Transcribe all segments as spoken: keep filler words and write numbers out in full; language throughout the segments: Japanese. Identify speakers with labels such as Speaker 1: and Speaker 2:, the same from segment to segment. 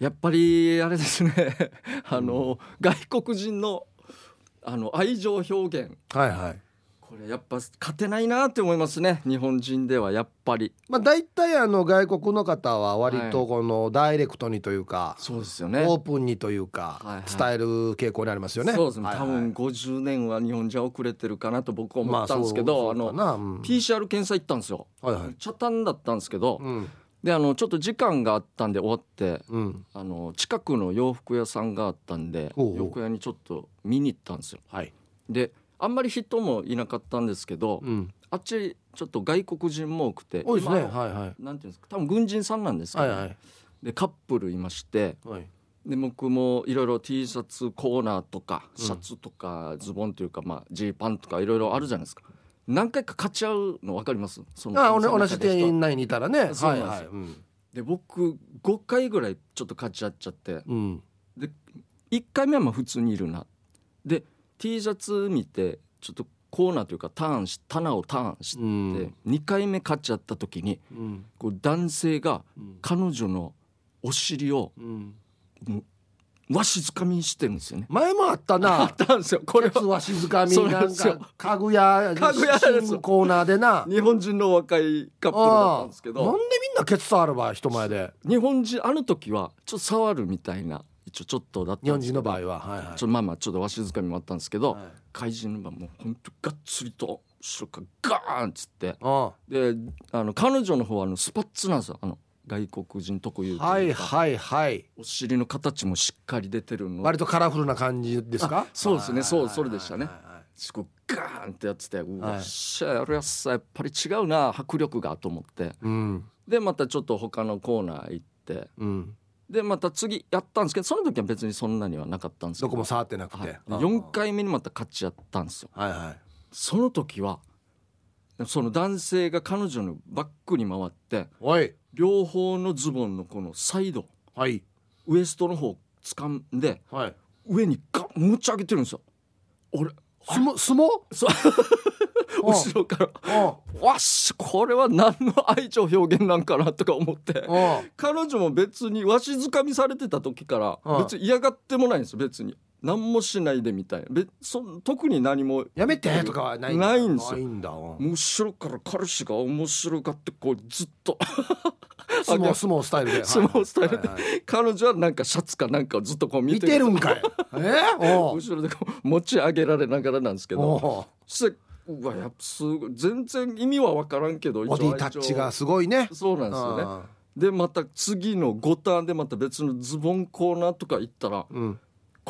Speaker 1: やっぱりあれですねあの、うん、外国人のあの愛情表現、
Speaker 2: はいはい、
Speaker 1: これやっぱ勝てないなって思いますね、日本人ではやっぱり。
Speaker 2: まあだいたいあの外国の方は割とこのダイレクトにというか、
Speaker 1: はい、そうですよね、
Speaker 2: オープンにというか、はいはい、伝える傾向にありますよね。
Speaker 1: そうですね、
Speaker 2: はいはい、
Speaker 1: 多分ごじゅうねんは日本じゃ遅れてるかなと僕は思ったんですけど、まあ、あの、うん、ピーシーアール 検査行ったんですよ、はいはい、チャタンだったんですけど、うん、であのちょっと時間があったんで終わって、うん、あの近くの洋服屋さんがあったんで、おうおう、洋服屋にちょっと見に行ったんですよ、はい、であんまり人もいなかったんですけど、うん、あっちちょっと外国人も多くて、
Speaker 2: 多いですね、はいはい、
Speaker 1: なんていうんですか、多分軍人さんなんですけど、はいはい、でカップルいまして、はい、で僕もいろいろ T シャツコーナーとかシャツとかズボンというか、まあ、ジーパンとかいろいろあるじゃないですか。何回か買っちゃうの分かります？その
Speaker 2: ああ、同じ店員内にいたらね。
Speaker 1: そうなんですよ、はいはい、うん、で僕ごかいぐらいちょっと買っちゃっちゃって、うん、でいっかいめはまあ普通にいるなで T シャツ見てちょっとコーナーというかターンし棚をターンして、うん、にかいめ買っちゃった時に、うん、こう男性が彼女のお尻を、うん、もうわしづかみにしてるんですよね。
Speaker 2: 前もあったな。
Speaker 1: あったんですよ。これは
Speaker 2: わしづかみなんか家具屋
Speaker 1: 家具屋です
Speaker 2: コーナーでな。
Speaker 1: 日本人の若いカップルだったんですけど、
Speaker 2: なんでみんなケツ触るば人前で。
Speaker 1: 日本人あの時はちょっと触るみたいな一応ちょっとだったんですけど、
Speaker 2: 日本人の場合は、はいはい、
Speaker 1: ちょっとまあまあちょっとわしづかみもあったんですけど、はい、怪人の場合もう本当がっつりと後ろからガーンっつって、ああであの彼女の方はあのスパッツなんですよ、あの外国人特有というか、
Speaker 2: はいはいはい、
Speaker 1: お尻の形もしっかり出てるの、
Speaker 2: 割とカラフルな感じですか？
Speaker 1: そうですね、そうそれでしたね。すごいガーンってやってて、うわっしゃやるやつさやっぱり違うな迫力がと思って、うん、でまたちょっと他のコーナー行って、うん、でまた次やったんですけど、その時は別にそんなにはなかったんですけど、
Speaker 2: どこも触ってなくて、
Speaker 1: はい、よんかいめにまた勝っちゃったんですよ、はいはい、その時はその男性が彼女のバックに回って、おい両方のズボンのこのサイド、はい、ウエストの方掴んで、はい、上にガン持ち上げてるんですよ。俺
Speaker 2: 相撲相撲
Speaker 1: 後ろからわっしこれは何の愛情表現なんかなとか思って、彼女も別にわしづかみされてた時から別に嫌がってもないんですよ。別に何もしないでみたいな、別そ特に何も
Speaker 2: やめてとかはないんだ、
Speaker 1: ないんですよ。
Speaker 2: ないんだ。
Speaker 1: 後ろから彼氏が面白がってこうずっと
Speaker 2: 相撲相撲スタイルで
Speaker 1: 相撲スタイルで、はいはいはい、彼女はなんかシャツかなんかをずっとこう見てる
Speaker 2: 見てるんかいえ
Speaker 1: 後ろでこう持ち上げられながらなんですけど、そしてうわやっぱすごい全然意味は分からんけど
Speaker 2: ボディタッチがすごいね。
Speaker 1: そうなんですよね。でまた次のごターンでまた別のズボンコーナーとか行ったら、うん、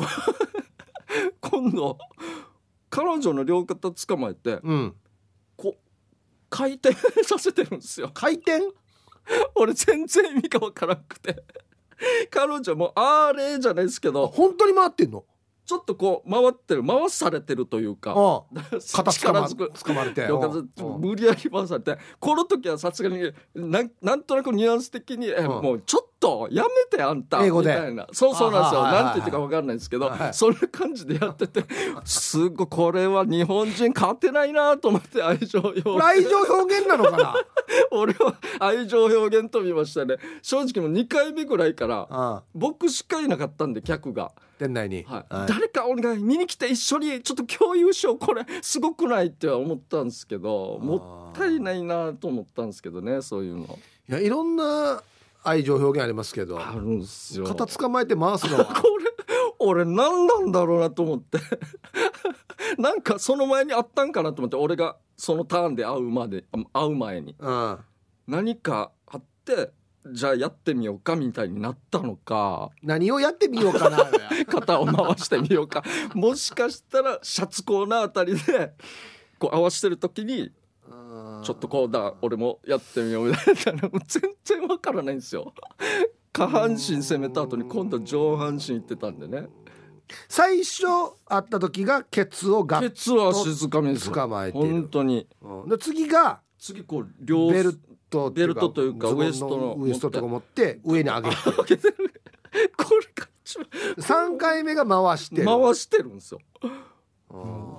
Speaker 1: 今度彼女の両肩捕まえて、うん、こう回転させてるんですよ。
Speaker 2: 回転
Speaker 1: 俺全然意味が分からなくて彼女もあれじゃないですけど
Speaker 2: 本当に回ってんの？
Speaker 1: ちょっとこう回ってる回されてるというか、
Speaker 2: ああ肩つかま掴まれて
Speaker 1: 無理やり回されて、この時はさすがに な, なんとなくニュアンス的にえもうちょっとやめてあんた
Speaker 2: 英語で
Speaker 1: みたいな、そうそうなんですよ、なんて言ってか分かんないですけど、はいはい、そんな感じでやっててすごいこれは日本人勝てないなと思って、愛情表現
Speaker 2: 愛情表現なのかな
Speaker 1: 俺は愛情表現と見ましたね。正直もうにかいめぐらいからああ僕しかいなかったんで客が
Speaker 2: 店内に、
Speaker 1: はいはい、誰かお願い見に来て一緒にちょっと共有しよう、これすごくないって思ったんですけど、もったいないなと思ったんですけどね。そういうの
Speaker 2: いやいろんな愛情表現ありますけど、
Speaker 1: あるんですよ。
Speaker 2: 肩捕まえて回すのは
Speaker 1: これ俺何なんだろうなと思ってなんかその前にあったんかなと思って、俺がそのターンで会うまで会う前に、うん、何かあってじゃあやってみようかみたいになったのか、
Speaker 2: 何をやってみようかな
Speaker 1: 肩を回してみようかもしかしたらシャツコーナーあたりでこう合わせてる時にちょっとこうだ俺もやってみようみたいな全然わからないんですよ。下半身攻めた後に今度上半身いってたんでね。
Speaker 2: 最初会った時がケツをガッと
Speaker 1: ケツは静かめです
Speaker 2: 捕まえてる
Speaker 1: 本当に、
Speaker 2: うん、で次が
Speaker 1: 次こう両
Speaker 2: ベルト
Speaker 1: ベルトというかウエストの
Speaker 2: ウエストとか持って上に上げて
Speaker 1: 上げてるこれが一番
Speaker 2: さんかいめが回してる
Speaker 1: 回してるんですよ、うん、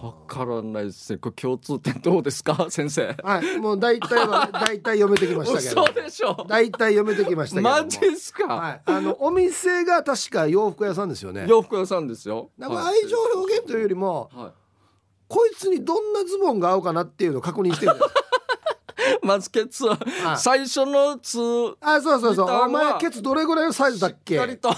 Speaker 1: わからないですね。これ共通点どうですか先生。
Speaker 2: はい、もう大体は大体読めてきましたけど。
Speaker 1: 嘘でしょ。
Speaker 2: 大体読めてきましたけど。
Speaker 1: マジですか。
Speaker 2: はい、あのお店が確か洋服屋さんですよね。
Speaker 1: 洋服屋さんですよ。
Speaker 2: なんか愛情表現というよりも、はい、こいつにどんなズボンが合うかなっていうのを確認してるんです。
Speaker 1: まずケツは最初のツー、
Speaker 2: あ、そうそうそう。お前ケツどれぐらいのサイズだっけ。しっかりと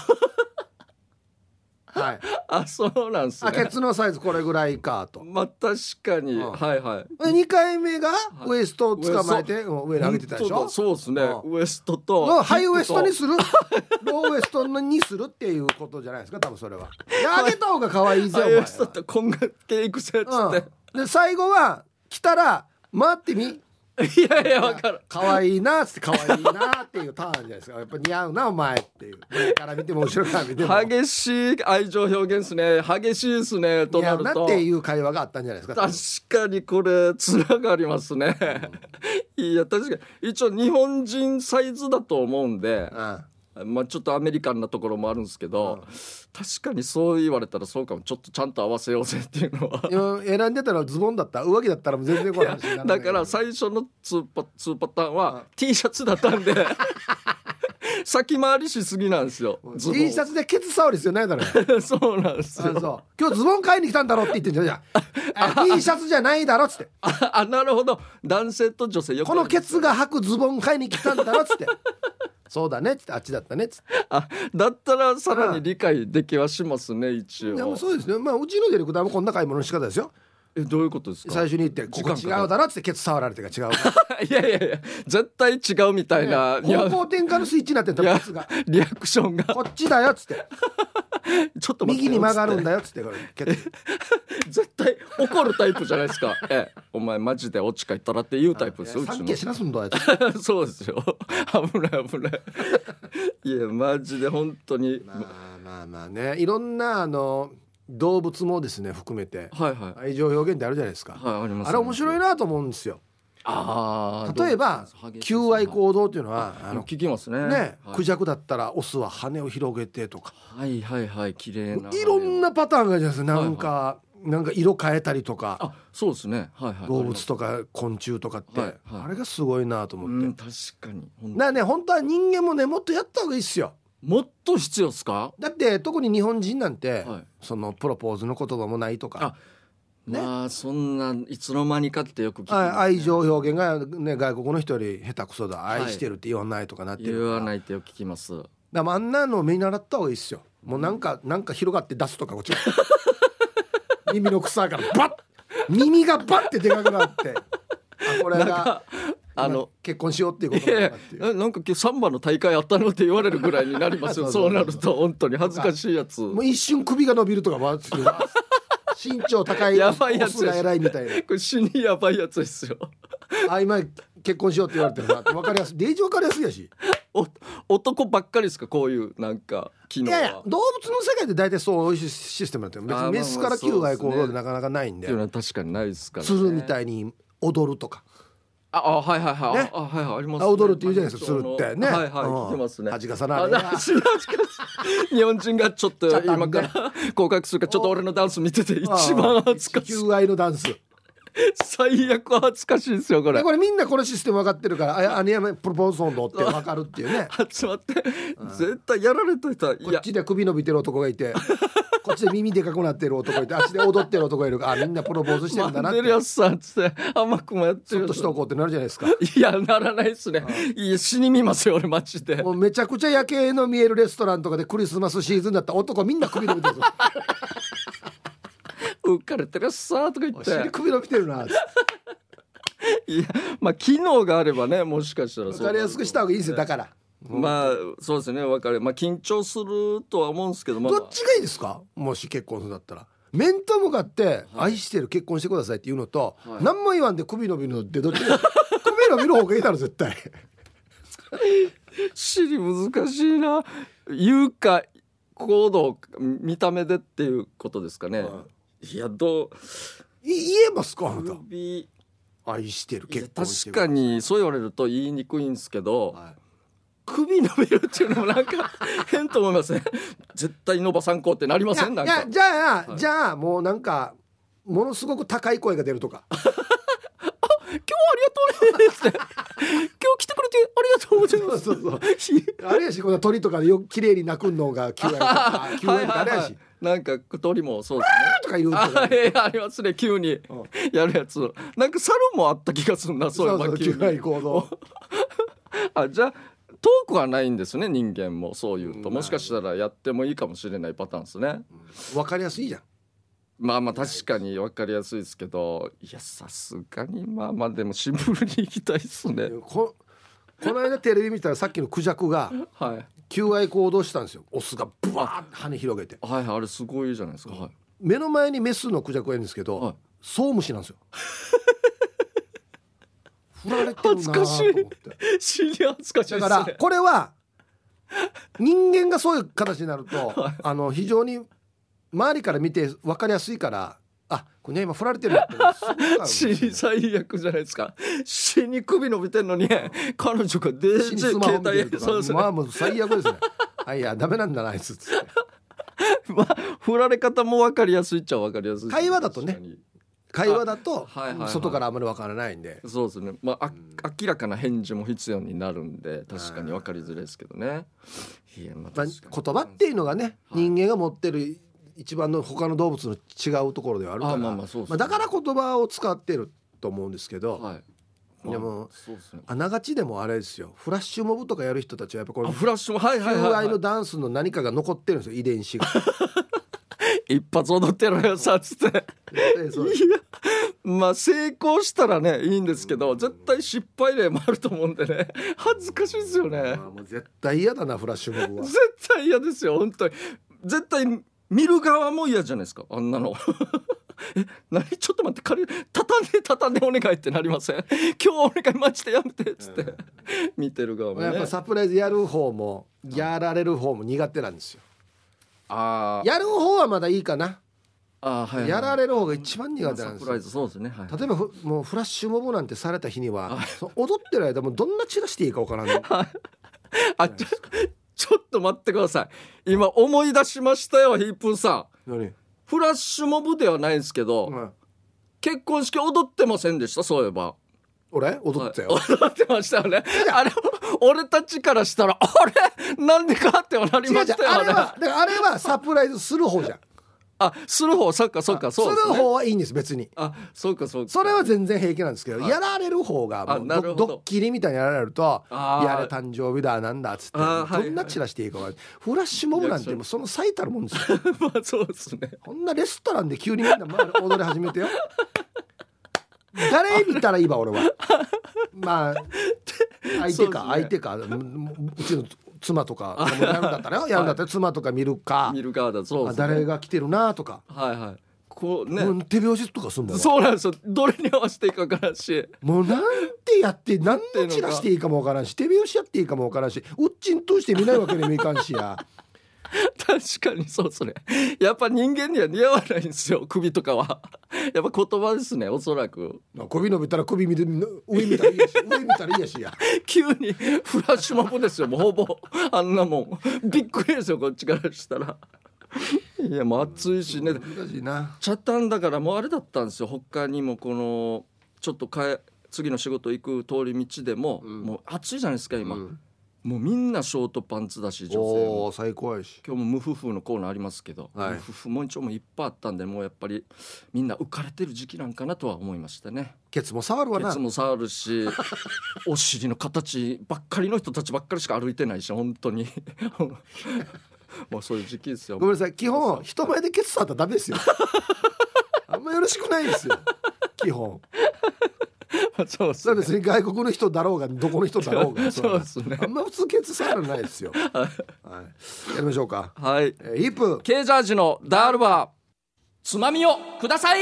Speaker 2: はい、
Speaker 1: あ、そうなんですね。
Speaker 2: ケツのサイズこれぐらいかと。
Speaker 1: まあ確かに、うん、はいはい。
Speaker 2: にかいめがウエストを捕まえて上に上げてたでしょ。
Speaker 1: そうですね、うん、ウエストと
Speaker 2: のハイウエストにするローウエストにするっていうことじゃないですか多分それは。上げた方が可愛いぜお前。ハイウエストってこんがけいくせっつって、うん、で最後は来たら回ってみ
Speaker 1: いやいや分かる。
Speaker 2: 可愛いなっつって可愛いなっていうターンじゃないですか。やっぱ似合うなお前っていう。前から見ても後ろから見ても
Speaker 1: 激しい愛情表現ですね。激しいですね。となると似合うな
Speaker 2: っていう会話があったんじゃないですか。
Speaker 1: 確かにこれつながりますね、うん、いや確かに一応日本人サイズだと思うんで、うんまあ、ちょっとアメリカンなところもあるんですけど、うん、確かにそう言われたらそうかも。ちょっとちゃんと合わせようぜっていうのは
Speaker 2: 選んでたらズボンだった上着だったらもう全然この話にならない。
Speaker 1: だから最初の 2, パ2パターンは、うん、T シャツだったんで先回りしすぎなんですよ。
Speaker 2: T シャツでケツ触りですよねだろ
Speaker 1: そうなんですよ。
Speaker 2: そう今日ズボン買いに来たんだろって言ってんじゃんじゃんT シャツじゃないだろっつって
Speaker 1: ああなるほど。男性と女性よく
Speaker 2: このケツが履くズボン買いに来たんだろっつってそうだねっつってあっちだったねっつって
Speaker 1: あだったらさらに理解できはしますね一応。
Speaker 2: いやもうそうですね。まあうちのディレクターもこんな買い物の仕方ですよ。
Speaker 1: えどういうことですか。
Speaker 2: 最初に言ってここ違うだろっつってケツ触られてが違うい
Speaker 1: やいやいや絶対違うみたいな、
Speaker 2: ね、方向転換のスイッチになってんだケツが
Speaker 1: リアクションが
Speaker 2: こっちだよっつって
Speaker 1: ちょっと
Speaker 2: 右に曲がるんだよっつってこれケツ
Speaker 1: 絶対怒るタイプじゃないですかえお前マジでオチか言ったらっていうタイプですよ。
Speaker 2: 三景しなすんだよ
Speaker 1: そうですよ危ない危ないいやマジで本当に
Speaker 2: まあまあまあねいろんなあの動物もですね含めて、はいはい、愛情表現ってあるじゃないですか、はい、ありますね。あれ面白いなと思うんですよ。あ例えば求愛行動っていうのは
Speaker 1: あの聞きますね。
Speaker 2: ね、はい、クジャクだったらオスは羽を広げてとか
Speaker 1: はいはいはい綺麗ない
Speaker 2: ろんなパターンがあるじゃないですか。なんか、はいはい、なんか色変えたりとか
Speaker 1: あそうですね、はいはい、
Speaker 2: 動物とか昆虫とかって、はいはい、あれがすごいなと思って。うん
Speaker 1: 確かに
Speaker 2: だからね本当は人間もねもっとやった方がいいっすよ。
Speaker 1: もっと必要ですか。
Speaker 2: だって特に日本人なんて、はい、そのプロポーズの言葉もないとか
Speaker 1: あ、ね、まあそんないつの間にかってよく聞きます、ね、
Speaker 2: 愛情表現が、ね、外国の人より下手くそだ愛してるって言わないとかなってる、
Speaker 1: はい、言わないってよく聞きます。だ
Speaker 2: からあんなの見習った方がいいっすよ。もうなんかなんか広がって出すとかこっち耳の草からバッ耳がバッてでかくなってあこれがあの結婚しようっていうこと
Speaker 1: なんだっていう。いやいやなんか今日サンバの大会あったのって言われるぐらいになりますよそうなると本当に恥ずかしいやつ。
Speaker 2: もう一瞬首が伸びるとか身長高い
Speaker 1: やばいやつ
Speaker 2: が偉いみたいな
Speaker 1: これ死にやばいやつですよ
Speaker 2: あ今結婚しようって言われてるなって分かりやすいデージ分かりやすいやし
Speaker 1: お男ばっかりですかこういうなんか機能は。いやいや
Speaker 2: 動物の世界で大体そういうシステムだって別にメスから求愛行動でなかなかないんで、
Speaker 1: っていうのは確かにないですからね。
Speaker 2: 鶴みたいに踊るとか
Speaker 1: ああはいはいはい、ね、あはいはいあります、ね、
Speaker 2: 踊るって言うじゃないですか鶴ってね。
Speaker 1: はいはい聞きますね。
Speaker 2: 恥かさないな
Speaker 1: 日本人がちょっと今から合格するかちょっと俺のダンス見てて一番恥ずかしい
Speaker 2: 求愛のダンス
Speaker 1: 最悪恥ずかしいですよこれ。
Speaker 2: これみんなこのシステム分かってるからあアニメプロポーズソンドって分かるっていうね
Speaker 1: 集まって絶対やられといたら
Speaker 2: こっちで首伸びてる男がいてこっちで耳でかくなってる男がいてあっちで踊ってる男がいるからあみんなプロポーズしてるんだなって。
Speaker 1: 待ってるやつさんつって甘くもやってる
Speaker 2: ちょっとしとこうってなるじゃないですか。
Speaker 1: いやならないですね。いや死に見ますよ俺マジで。
Speaker 2: もうめちゃくちゃ夜景の見えるレストランとかでクリスマスシーズンだったら男みんな首伸びてるぞ
Speaker 1: 浮かれてるやつさとか言って
Speaker 2: 尻首伸びてるな。
Speaker 1: いやまあ機能があればねもしかしたら
Speaker 2: 分かりやすくした方がいいですよ。だから
Speaker 1: まあそうですね分かる。まあ緊張するとは思うんですけど、まだ
Speaker 2: どっちがいいですかもし結婚するんだったら。面と向かって愛してる結婚してくださいって言うのと、はい、何も言わんで首伸びるのってどっちが首伸びる方がいいだろ絶対
Speaker 1: 尻難しいな。言うか行動見た目でっていうことですかね、はい、いやどう
Speaker 2: 言えますかあなた
Speaker 1: 首
Speaker 2: 愛してる結婚してる。
Speaker 1: 確かにそう言われると言いにくいんですけど、はい、首伸びるっていうのもなんか変と思いますね絶対伸ばさんこうってなりません。なんか
Speaker 2: いやじゃあ、はい、じゃあもうなんかものすごく高い声が出るとか
Speaker 1: 今日はありがとうねって今日来てくれてありがとうございます。
Speaker 2: そうそうそうあれやし、この鳥とかでよく綺麗に鳴くのがきゅうえんとかきゅうえんとかあれやし、
Speaker 1: なんか鳥もそうですね
Speaker 2: とかいるとか、
Speaker 1: あ, ありますね、急にやるやつ。なんか猿もあった気がするな、そういえば急に
Speaker 2: 急に行動
Speaker 1: あ、じゃあトークはないんですね、人間も。そういうともしかしたらやってもいいかもしれないパターンですね。
Speaker 2: 分かりやすいじゃん。
Speaker 1: まあまあ確かに分かりやすいですけど、いやさすがにまあまあでもシンプルに行きたいですね。
Speaker 2: こ, この間テレビ見たらさっきのクジャクが求愛行動したんですよ。オスがブワーッ羽広げて、
Speaker 1: はいはい、あれすごいじゃないですか、はい、
Speaker 2: 目の前にメスのクジャクがいるんですけど、はい、ソウムシなんですよ振られてるなと思って、
Speaker 1: 死に恥ずかしいですね。
Speaker 2: だからこれは人間がそういう形になると、はい、あの非常に周りから見て分かりやすいから、あ、これ今振られてるって
Speaker 1: 死に最悪じゃないですか。死に首伸びてんのに彼女がデージ携帯、
Speaker 2: そうですね、まあもう最悪ですねあ、いやダメなんだなあいつつって
Speaker 1: まあ振られ方も分かりやすいっちゃ分かりやすい。
Speaker 2: 会話だとね、会話だと外からあんまり分からないんで、
Speaker 1: そうですね、まあ、あ明らかな返事も必要になるんで確かに分かりづらいですけどね。いや、まあ、言
Speaker 2: 葉っていうのがね、はい、人間が持ってる一番の他の動物の違うところではあるから、あ、まあまあそうですね、まあ、だから言葉を使ってると思うんですけど、はい、でもそうですね、あながちでもあれですよ、フラッシュモブとかやる人たちはやっぱこれフラッシュモブ、はいはいはいはい、求愛のダンスの何かが残ってるんですよ、遺伝子が
Speaker 1: 一発踊ってるよさつってそういや、まあ成功したらねいいんですけど、絶対失敗例もあると思うんでね、恥ずかしいですよね。
Speaker 2: まあ、もう絶対嫌だなフラッシュモブは。
Speaker 1: 絶対嫌ですよ本当に。絶対見る側も嫌じゃないですか、あんなのえ、何、ちょっと待って、仮畳んで畳んでお願いってなりません？今日お願いマジでやめてっつって、うん、見てる側もね。
Speaker 2: やっぱサプライズやる方もやられる方も苦手なんですよ。あ、やる方はまだいいかな。あ、はいはい、やられる方が一番苦手なんですよ。
Speaker 1: サプライズ、そうですね、はい、
Speaker 2: 例えばもうフラッシュモブなんてされた日には踊ってる間もどんな散らしていいか分からない
Speaker 1: あ、ちょちょっと待ってください、今思い出しましたよ、ヒープーさん。何？フラッシュモブではないんですけど、うん、結婚式踊ってませんでした？そういえば
Speaker 2: 俺踊ってたよ、
Speaker 1: はい、踊ってましたよねあれ俺たちからしたらあれなんでかってはなりましたよね。
Speaker 2: あれはだからあれはサプライズする方じゃん
Speaker 1: あ、する方、そっかそっか、そうですね、
Speaker 2: する方はいいんです別に。
Speaker 1: あ、そうかそうか、
Speaker 2: それは全然平気なんですけど、はい、やられる方がもう ド, ドッキリみたいにやられると、やれ誕生日だなんだっつって、どんなチラしていいか分かる、はいはい、フラッシュモブなんてもうその最たるもんですよ
Speaker 1: まあそうですね。
Speaker 2: こんなレストランで急にみんな踊り始めてよ誰見たらいいわ俺はまあ相手か、ね、相手かうちの妻とかやるんだったらやるんだったら妻とか見るか
Speaker 1: 見るかだ、そうですね、
Speaker 2: 誰が来てるなとか、
Speaker 1: はいはい、こうね、
Speaker 2: 手拍子とかすんだよ。
Speaker 1: そうなんですよ、どれに合わせていいか分からんし、
Speaker 2: もうなんてやって何の散らしていいかも分からんし、手拍子やっていいかも分からんし、うっちんとして見ないわけにもいかんしや
Speaker 1: 確かにそうですね。やっぱ人間には似合わないんですよ、首とかはやっぱ言葉ですね、おそらく。
Speaker 2: 首伸びたら首見て上見たらいいやし上見たらいいやしや
Speaker 1: 急にフラッシュモブですよ、もうほぼあんなもんびっくりですよ、こっちからしたらいやもう暑いしね、
Speaker 2: 難しいな。
Speaker 1: チャタンだからもうあれだったんですよ、他にもこのちょっとかえ次の仕事行く通り道でも、うん、もう暑いじゃないですか今、うん、もうみんなショートパンツだし、女性も
Speaker 2: お最高やし、
Speaker 1: 今日も無夫婦のコーナーありますけど、はい、無夫婦も一応もいっぱいあったんで、もうやっぱりみんな浮かれてる時期なんかなとは思いましたね。
Speaker 2: ケツも触るわな、
Speaker 1: ケツも触るしお尻の形ばっかりの人たちばっかりしか歩いてないし本当にもうそういう時期ですよ。
Speaker 2: ごめんなさい、基本人前でケツ触ったらダメですよあんまよろしくないですよ基本
Speaker 1: そうですね、
Speaker 2: 別に外国の人だろうがどこの人だろうが
Speaker 1: そうですね、
Speaker 2: あんま普通ケツ触らないですよはい、やりましょうか。
Speaker 1: はい、
Speaker 2: えー、ヒップ
Speaker 1: ケージャージのダールバーつまみをください。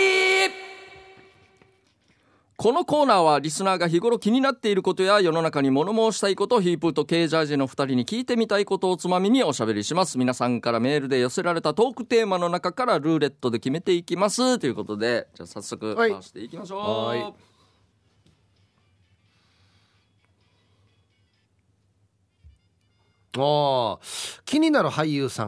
Speaker 1: このコーナーはリスナーが日頃気になっていることや世の中に物申したいこと、ヒープーとケージャージのふたりに聞いてみたいことをつまみにおしゃべりします。皆さんからメールで寄せられたトークテーマの中からルーレットで決めていきますということで、じゃあ早速回していきましょう。はいはい、
Speaker 2: お気になる俳優さん。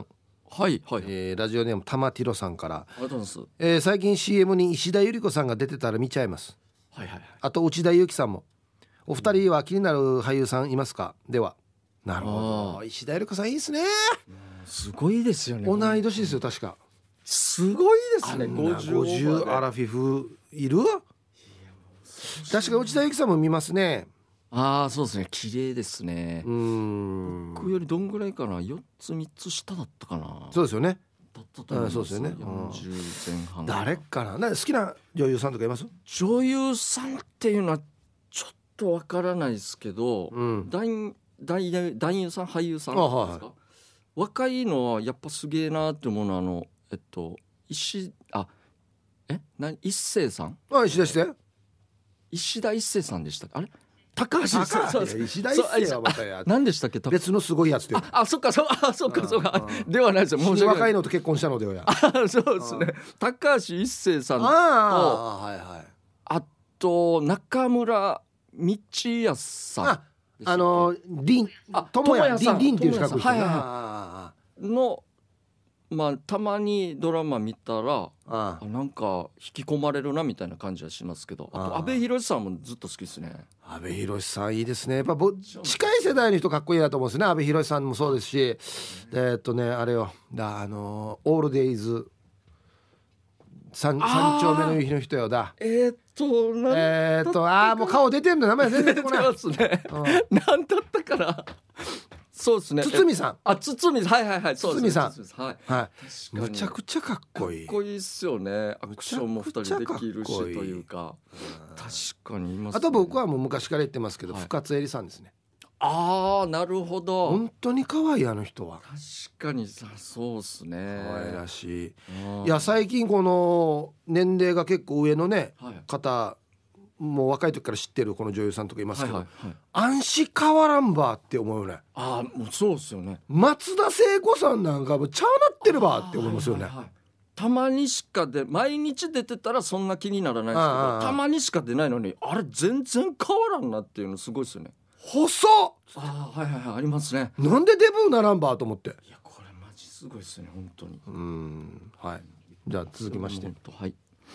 Speaker 1: はいはい、
Speaker 2: えー、ラジオネーム玉ティロさんから、
Speaker 1: ありがとうございます。
Speaker 2: えー、最近 シーエム に石田ゆり子さんが出てたら見ちゃいます。
Speaker 1: はいはいはい、
Speaker 2: あと内田有紀さんも。お二人は気になる俳優さんいますか？では。なるほど、石田ゆり子さんいいですね。
Speaker 1: すごいですよね。
Speaker 2: 同い年ですよ確か。
Speaker 1: すごいですね。
Speaker 2: ごじゅう, ごじゅうアラフィフいる？確か内田有紀さんも見ますね。
Speaker 1: ああそうですね、綺麗ですね。
Speaker 2: うーん、
Speaker 1: 僕よりどんぐらいかな、よっつみっつ下だったかな。
Speaker 2: そうですよね。
Speaker 1: だったと思います。
Speaker 2: そうですよね、
Speaker 1: よんじゅう前半。
Speaker 2: 誰かな、な好きな女優さんとかいます？
Speaker 1: 女優さんっていうのはちょっとわからないですけど、
Speaker 2: うん、
Speaker 1: 男, 男, 男優さん俳優さんですか、はいはい、若いのはやっぱすげえなって思うのはあのえっと石あえ何一生さん、
Speaker 2: あ石田して
Speaker 1: 石田一生さんでしたっけ、あれ高橋さん、
Speaker 2: 石田一生はまたや
Speaker 1: 何でしたっけ、
Speaker 2: 別のすごいやつで。
Speaker 1: ああそっかそあそっかそっかではないですよ、
Speaker 2: 申し訳ない。若いのと結婚したのでよや。
Speaker 1: そうですね、高橋一生さんと、
Speaker 2: あ、はいはい、
Speaker 1: あと中村道康さん、あ
Speaker 2: あのリン友也さん、リンっていう資格ですね、はいはい、
Speaker 1: のまあたまにドラマ見たらあなんか引き込まれるなみたいな感じはしますけど、あと阿部寛さんもずっと好きですね。
Speaker 2: 阿部寛さんいいですね。やっぱぼ近い世代の人かっこいいなと思うんですね。阿部寛さんもそうですし、えー、っとねあれよだ、あのオールデイズ三丁目の夕日の人よだ。
Speaker 1: えー、っとなん
Speaker 2: えー、っとあーもう顔出てんの名前全然出てこない。
Speaker 1: 出てますね、うん、なんだったかな。そうですね。
Speaker 2: 堤さん。
Speaker 1: あ、堤さん、はいはいはい。
Speaker 2: 堤さん。
Speaker 1: はい。
Speaker 2: はい。むちゃくちゃかっこいい。
Speaker 1: かっこいいっすよね。アクションもふたりできるしというか。確かにいます、ね。
Speaker 2: あと僕はもう昔から言ってますけど、はい、深津絵里さんですね。
Speaker 1: ああ、なるほど。
Speaker 2: 本当に可愛いあの人は。
Speaker 1: 確かにさ、そうですね。
Speaker 2: 可愛らしい。いや最近この年齢が結構上のね、はい、方。もう若い時から知ってるこの女優さんとかいますけど、はいはいはい、安心変わらんばって思うよね。
Speaker 1: ああもうそうですよね。
Speaker 2: 松田聖子さんなんかもうちゃうなってるばって思いますよね、はいはいはい、
Speaker 1: たまにしかで毎日出てたらそんな気にならないですけど、ああたまにしか出ないのにあれ全然変わらんなっていうのすごいですよね。
Speaker 2: 細っ、
Speaker 1: ああはいはいはいありますね。
Speaker 2: なんでデブーならんばと思って。
Speaker 1: いやこれマジすごいですね本当に。
Speaker 2: うーんはいじゃあ続きまして、
Speaker 1: はい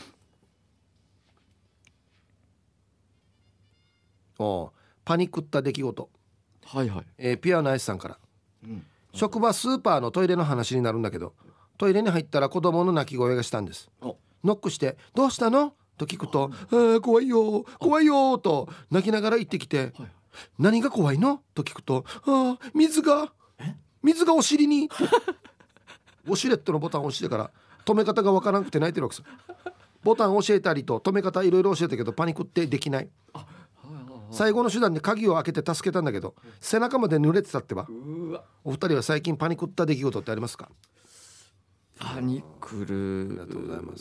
Speaker 2: おパニックった出来事、
Speaker 1: はいはい、
Speaker 2: えー、ピアノアイスさんから、うん、職場スーパーのトイレの話になるんだけど、トイレに入ったら子供の泣き声がしたんです。ノックしてどうしたのと聞くと、あ怖いよ怖いよと泣きながら言ってきて、はい、何が怖いのと聞くと、あ水が水がお尻にウォシュレットのボタンを押してから止め方がわからなくて泣いてるわけです。ボタン教えたりと止め方いろいろ教えたけどパニックってできない。最後の手段で鍵を開けて助けたんだけど背中まで濡れてたってば。お二人は最近パニックった出来事ってありますか？
Speaker 1: パニックる。
Speaker 2: ありがとうございます。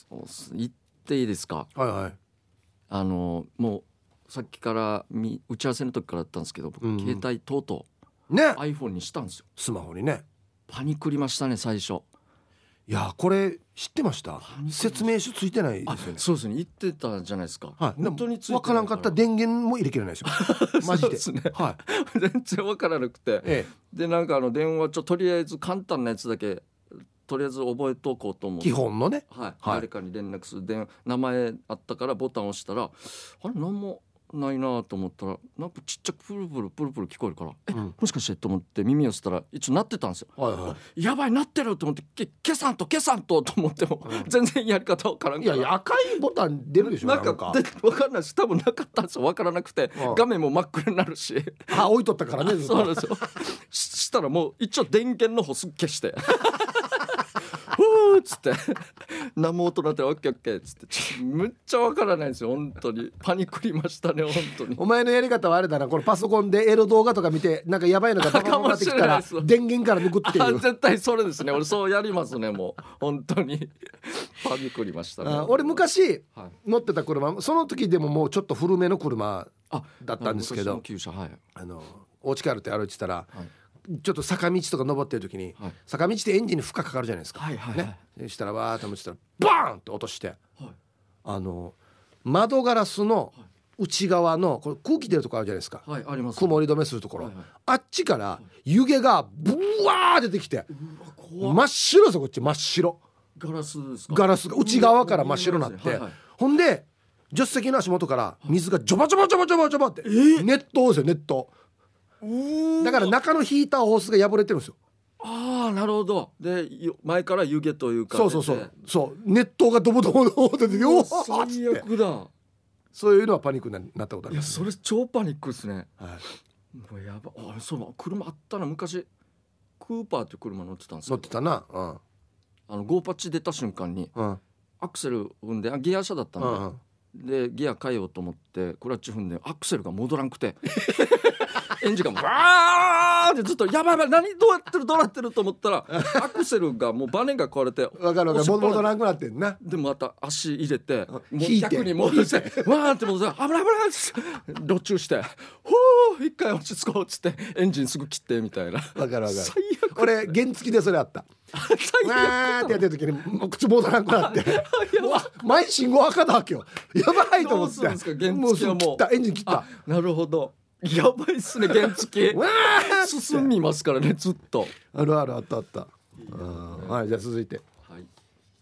Speaker 1: そうす言っていいですか？
Speaker 2: はいはい。
Speaker 1: あのもうさっきからみ打ち合わせの時からだったんですけど、僕、うん、携帯とうとう、ね、iPhone にしたんですよ。
Speaker 2: スマホにね。
Speaker 1: パニクりましたね最初。
Speaker 2: いやこれ知ってました？説明書ついてないですよね。
Speaker 1: そうですね言ってたじゃないですか、はい、本当についてない
Speaker 2: から分からんかった電源も入れきれないですよマジで。
Speaker 1: そうですね、はい、全然分からなくて、ええ、でなんかあの電話ちょとりあえず簡単なやつだけとりあえず覚えておこうと思って、
Speaker 2: 基本のね、
Speaker 1: はいはい、誰かに連絡する電名前あったからボタンを押したらあれ何もないなと思ったらなんかちっちゃくプルプルプルプル聞こえるから、え、うん、もしかしてと思って耳をしたら一応鳴ってたんですよ、はいはい、やばい鳴ってると思ってけ消さんと消さんとと思っても、うん、全然やり方わからんから。
Speaker 2: いや赤いボタン出るでしょ。
Speaker 1: なんか分かんないし多分なかったんですよ。分からなくて、うん、画面も真っ暗になるし
Speaker 2: あ置いとったからねずっと。
Speaker 1: そうですよし, したらもう一応電源の方すぐ消してふーっつって何も音なってオッケーオッケーっつってむっちゃわからないんですよ本当に。パニクりましたね本当に。
Speaker 2: お前のやり方はあれだな、このパソコンでエロ動画とか見てなんかやばいのが高まってきたら電源から抜くっていう。
Speaker 1: 絶対それですね。俺そうやりますねもう本当にパニクりましたね。
Speaker 2: あ俺昔乗ってた車、その時でももうちょっと古めの車だったんですけど、
Speaker 1: 昔の旧車、はい、
Speaker 2: あのお家帰るって歩いてたら、はいちょっと坂道とか登ってる時に、はい、坂道ってエンジンに負荷かかるじゃないですか、はいはいはいね、でしたらわーっと思ってたらバーンって落として、はい、あの窓ガラスの内側のこれ空気出るところあるじゃないですか、
Speaker 1: はい、あります。
Speaker 2: 曇り止めするところ、
Speaker 1: はいはい、
Speaker 2: あっちから湯気がブワー出てきて、真っ白ですよこっち真っ白。
Speaker 1: ガラスですか？
Speaker 2: ガラスが内側から真っ白になって、はいはい、ほんで助手席の足元から水がジョバジョバジョバジョバジョバって、えー、熱湯ですよ熱湯だから中のヒーターホースが破れてるんですよ。
Speaker 1: ああなるほど。で前から湯気というか
Speaker 2: そうそうそうそう熱湯がドボドボドボってよー
Speaker 1: 最悪だ。
Speaker 2: そういうのはパニックになったことある、ね、
Speaker 1: いやそれ超パニックですね、
Speaker 2: はい、
Speaker 1: もうやばあそう車あったな昔クーパーっていう車乗ってたんですよ。
Speaker 2: 乗ってたな、うん、
Speaker 1: あのゴーパッチ出た瞬間に、うん、アクセル踏んでギア車だったんで、うんでギア変えようと思ってクラッチ踏んでアクセルが戻らんくてエンジンがバーってずっとやばいやばい何どうやってるどうなってると思ったらアクセルがもうバネが壊れて
Speaker 2: 分かる分かる戻らんくなってんな。
Speaker 1: でまた足入れてもう逆に戻してわーって戻って危ない危ない路中してほー一回落ち着こうっつってエンジンすぐ切ってみたいな。
Speaker 2: 分かる分かる。
Speaker 1: 最悪。
Speaker 2: 俺原付でそれあった最悪ってやってる時にもう靴戻らんくなってうわ前信号赤だわけよやばいと思って。
Speaker 1: どうするんですか原付はもう
Speaker 2: 切ったエンジン切った。
Speaker 1: なるほどやばいっすね原付進みますからねずっと。
Speaker 2: あるあるあったあった、うん、はいじゃあ続いて、はい、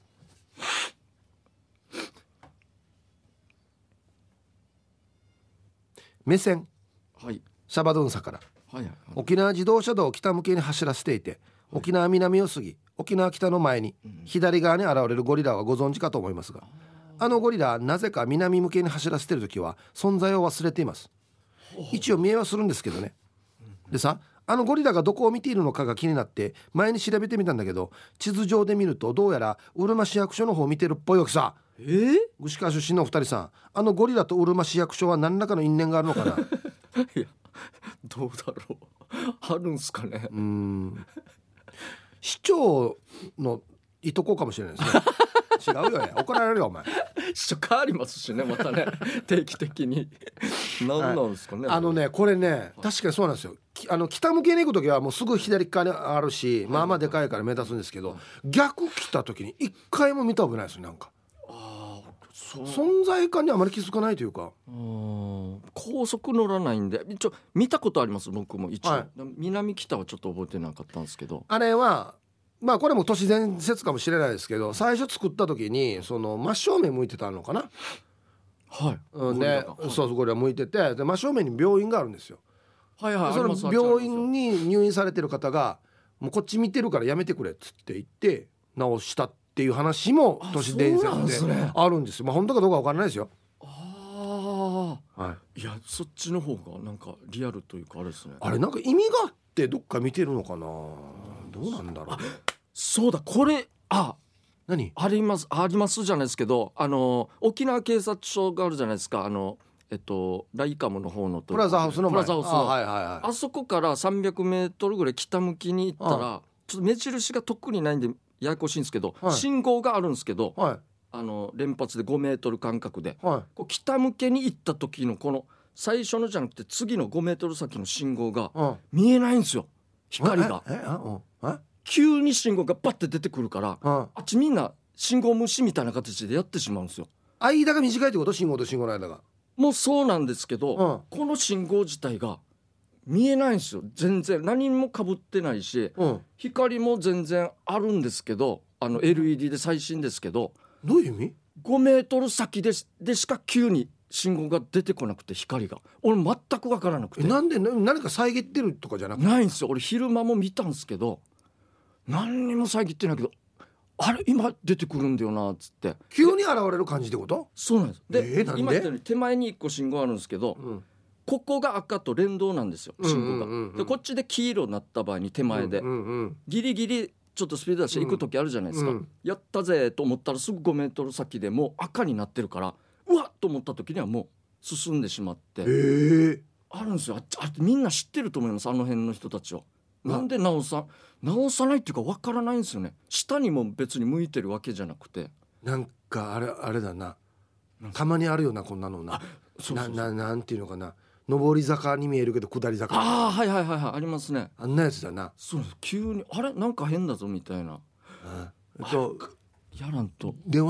Speaker 2: 目線、
Speaker 1: はい、
Speaker 2: シャバドゥンサから、
Speaker 1: はいはいはい、
Speaker 2: 沖縄自動車道を北向きに走らせていて、はい、沖縄南を過ぎ沖縄北の前に、うん、左側に現れるゴリラはご存知かと思いますが、あのゴリラなぜか南向けに走らせているときは存在を忘れています。一応見えはするんですけどね。でさあのゴリラがどこを見ているのかが気になって前に調べてみたんだけど、地図上で見るとどうやらうるま市役所の方を見てるっぽいわけさ。
Speaker 1: えー、
Speaker 2: 串川出身のお二人さん、あのゴリラとうるま市役所は何らかの因縁があるのかな
Speaker 1: いやどうだろうあるんすかね。
Speaker 2: うーん市長のいとこかもしれないですね違うよね怒られるよお前
Speaker 1: 市長変わりますしねまたね定期的に何なんですかね、
Speaker 2: はい、あのねこれね確かにそうなんですよ。あの北向けに行くときはもうすぐ左側にあるし、まあまあでかいから目立つんですけど、逆来た時に一回も見たことないですよ。なんか
Speaker 1: あそう
Speaker 2: 存在感にあまり気づかないというか、
Speaker 1: うん高速乗らないんで一応見たことあります僕も一応、はい、南北はちょっと覚えてなかったんですけど、
Speaker 2: あれはまあこれも都市伝説かもしれないですけど、最初作った時にその真正面向いてたのかな。
Speaker 1: はい、
Speaker 2: うん、で、はい、そうそうこれは向いてて、で真正面に病院があるんですよ。
Speaker 1: はいはい、
Speaker 2: その病院に入院されてる方がもうこっち見てるからやめてくれっつって言って直したっていう話も都市伝説であるんですよ。まあ本当かどうか分からないですよ。
Speaker 1: ああ、
Speaker 2: はい、
Speaker 1: いやそっちの方がなんかリアルというかあれですね。
Speaker 2: あれなんか意味があってどっか見てるのかな。どうなんだろう。
Speaker 1: そうだこれあ
Speaker 2: 何
Speaker 1: ありますありますじゃないですけど、あの沖縄警察署があるじゃないですか。あのえっとライカムの方の
Speaker 2: プラザハウスの前、
Speaker 1: プラザハウスの あ,、
Speaker 2: はいはいはい、
Speaker 1: あそこからさんびゃくメートルぐらい北向きに行ったら、ちょっと目印が特にないんでややこしいんですけど、はい、信号があるんですけど、はい、あの連発でごメートル間隔で、はい、こう北向けに行った時のこの最初のじゃなくて次のごメートル先の信号が見えないんですよ。光が
Speaker 2: ええええ
Speaker 1: 急に信号がバッて出てくるから、あっちみんな信号無視みたいな形でやってしまうんですよ。
Speaker 2: 間が短いってこと？信号と信号の間が
Speaker 1: もうそうなんですけど、うん、この信号自体が見えないんですよ。全然何も被ってないし、うん、光も全然あるんですけど、あの エルイーディー で最新ですけど、
Speaker 2: どういう意味？
Speaker 1: ごメートル先で し, でしか急に信号が出てこなくて、光が俺全く分からなくて。
Speaker 2: なんで何か遮ってるとかじゃなくて？
Speaker 1: ないんですよ。俺昼間も見たんですけど何にも遮ってないけど、あれ今出てくるんだよなっつって
Speaker 2: 急に現れる感じってこと？
Speaker 1: そうなんです。で、
Speaker 2: えー、なんで
Speaker 1: 今言ったように手前にいっこ信号あるんですけど、うん、ここが赤と連動なんですよ信号が、うんうんうん、でこっちで黄色になった場合に手前で、うんうんうん、ギリギリちょっとスピード出して行く時あるじゃないですか、うんうん、やったぜと思ったらすぐごメートル先でもう赤になってるから、うわっと思った時にはもう進んでしまって、え
Speaker 2: ー、
Speaker 1: あるんですよ。 あ, あみんな知ってると思います。あの辺の人たちはなんで直さ直さないっていうか分からないんですよね。下にも別に向いてるわけじゃなくて、
Speaker 2: なんかあれあれだな、たまにあるよなこんなのな。そうそうそう、な, ななんていうのかな、上り坂に見えるけど下り坂、
Speaker 1: ああはいはいはいはい、ありますね。
Speaker 2: あんなやつだな。
Speaker 1: そうです。急にあれなんか変だぞみたいな、
Speaker 2: あえっと
Speaker 1: やらんと
Speaker 2: 電話して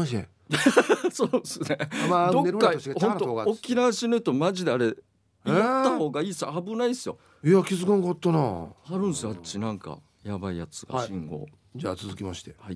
Speaker 1: そうですね、
Speaker 2: まあ、
Speaker 1: どっか
Speaker 2: 本
Speaker 1: 当沖縄死ぬとマジであれ行った方がいいっす、えー、危ないっすよ。
Speaker 2: いや気づかんかったな。
Speaker 1: あるんすよあっちなんかやばいやつが信号、はい、
Speaker 2: じゃあ続きまして、
Speaker 1: はい、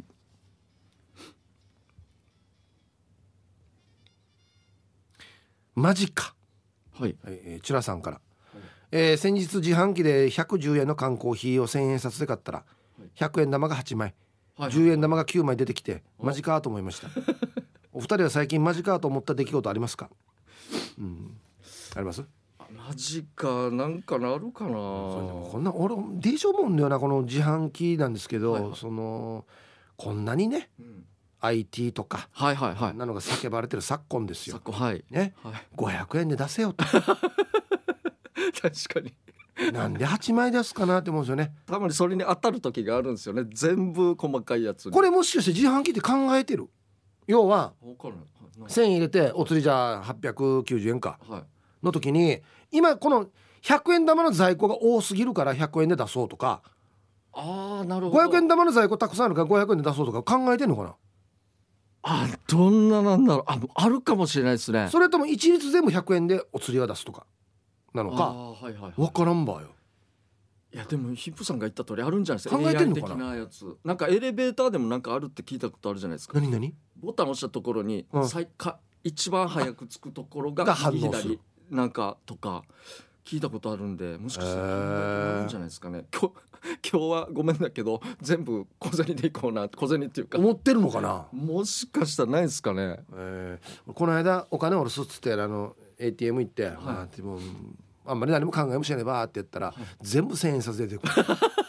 Speaker 2: マジか、
Speaker 1: はい、
Speaker 2: えー、チュラさんから、はい、えー、先日自販機でひゃくじゅうえんの缶コーヒーをせんえん札で買ったらひゃくえん玉がはちまい、はい、じゅうえん玉がきゅうまい出てきて、はい、マジかと思いました。お二人は最近マジかと思った出来事ありますか？うん、あります？
Speaker 1: マジかなんかなるかな。
Speaker 2: こんな俺でしょもんだよな、この自販機なんですけど、はいはい、そのこんなにね、うん、アイティー とか、
Speaker 1: はいはいはい、
Speaker 2: なのが叫ばれてる昨今ですよ。
Speaker 1: 昨今、はい
Speaker 2: ね、
Speaker 1: はい、
Speaker 2: ごひゃくえんで出せよと
Speaker 1: 確かに
Speaker 2: なんではちまい出すかなって思うんですよね。
Speaker 1: たまにそれに当たる時があるんですよね、全部細かいやつに。
Speaker 2: これもしかして自販機って考えてる？要はせんえん入れてお釣りじゃあはっぴゃくきゅうじゅうえんか、はい、の時に今このひゃくえん玉の在庫が多すぎるからひゃくえんで出そうとか、
Speaker 1: あーなるほど、
Speaker 2: ごひゃくえん玉の在庫たくさんあるからごひゃくえんで出そうとか考えてんのかな。
Speaker 1: あ、どんななんだろう、 あ, あるかもしれないですね。
Speaker 2: それとも一律全部ひゃくえんでお釣りは出すとかなのか、
Speaker 1: あ、はいはいはい、
Speaker 2: 分からんばよ。
Speaker 1: いやでもヒップさんが言った通りあるんじゃないですか。
Speaker 2: 考えてんのかな。
Speaker 1: エーアイ 的なやつなんかエレベーターでもなんかあるって聞いたことあるじゃないですか。
Speaker 2: 何何
Speaker 1: ボタン押したところに、うん、最か一番早くつくところが右左なんかとか聞いたことあるんで、もしかしたらあるんじゃないですかね。今日、今日はごめんだけど全部小銭でいこうな、小銭っていうか
Speaker 2: 思ってるのかな。
Speaker 1: もしかしたらないですかね、
Speaker 2: えー、この間お金下ろすっつってあの エーティーエム 行って、はい、あでもあんまり何も考えもしないばーって言ったら、はい、全部せんえん札出てくる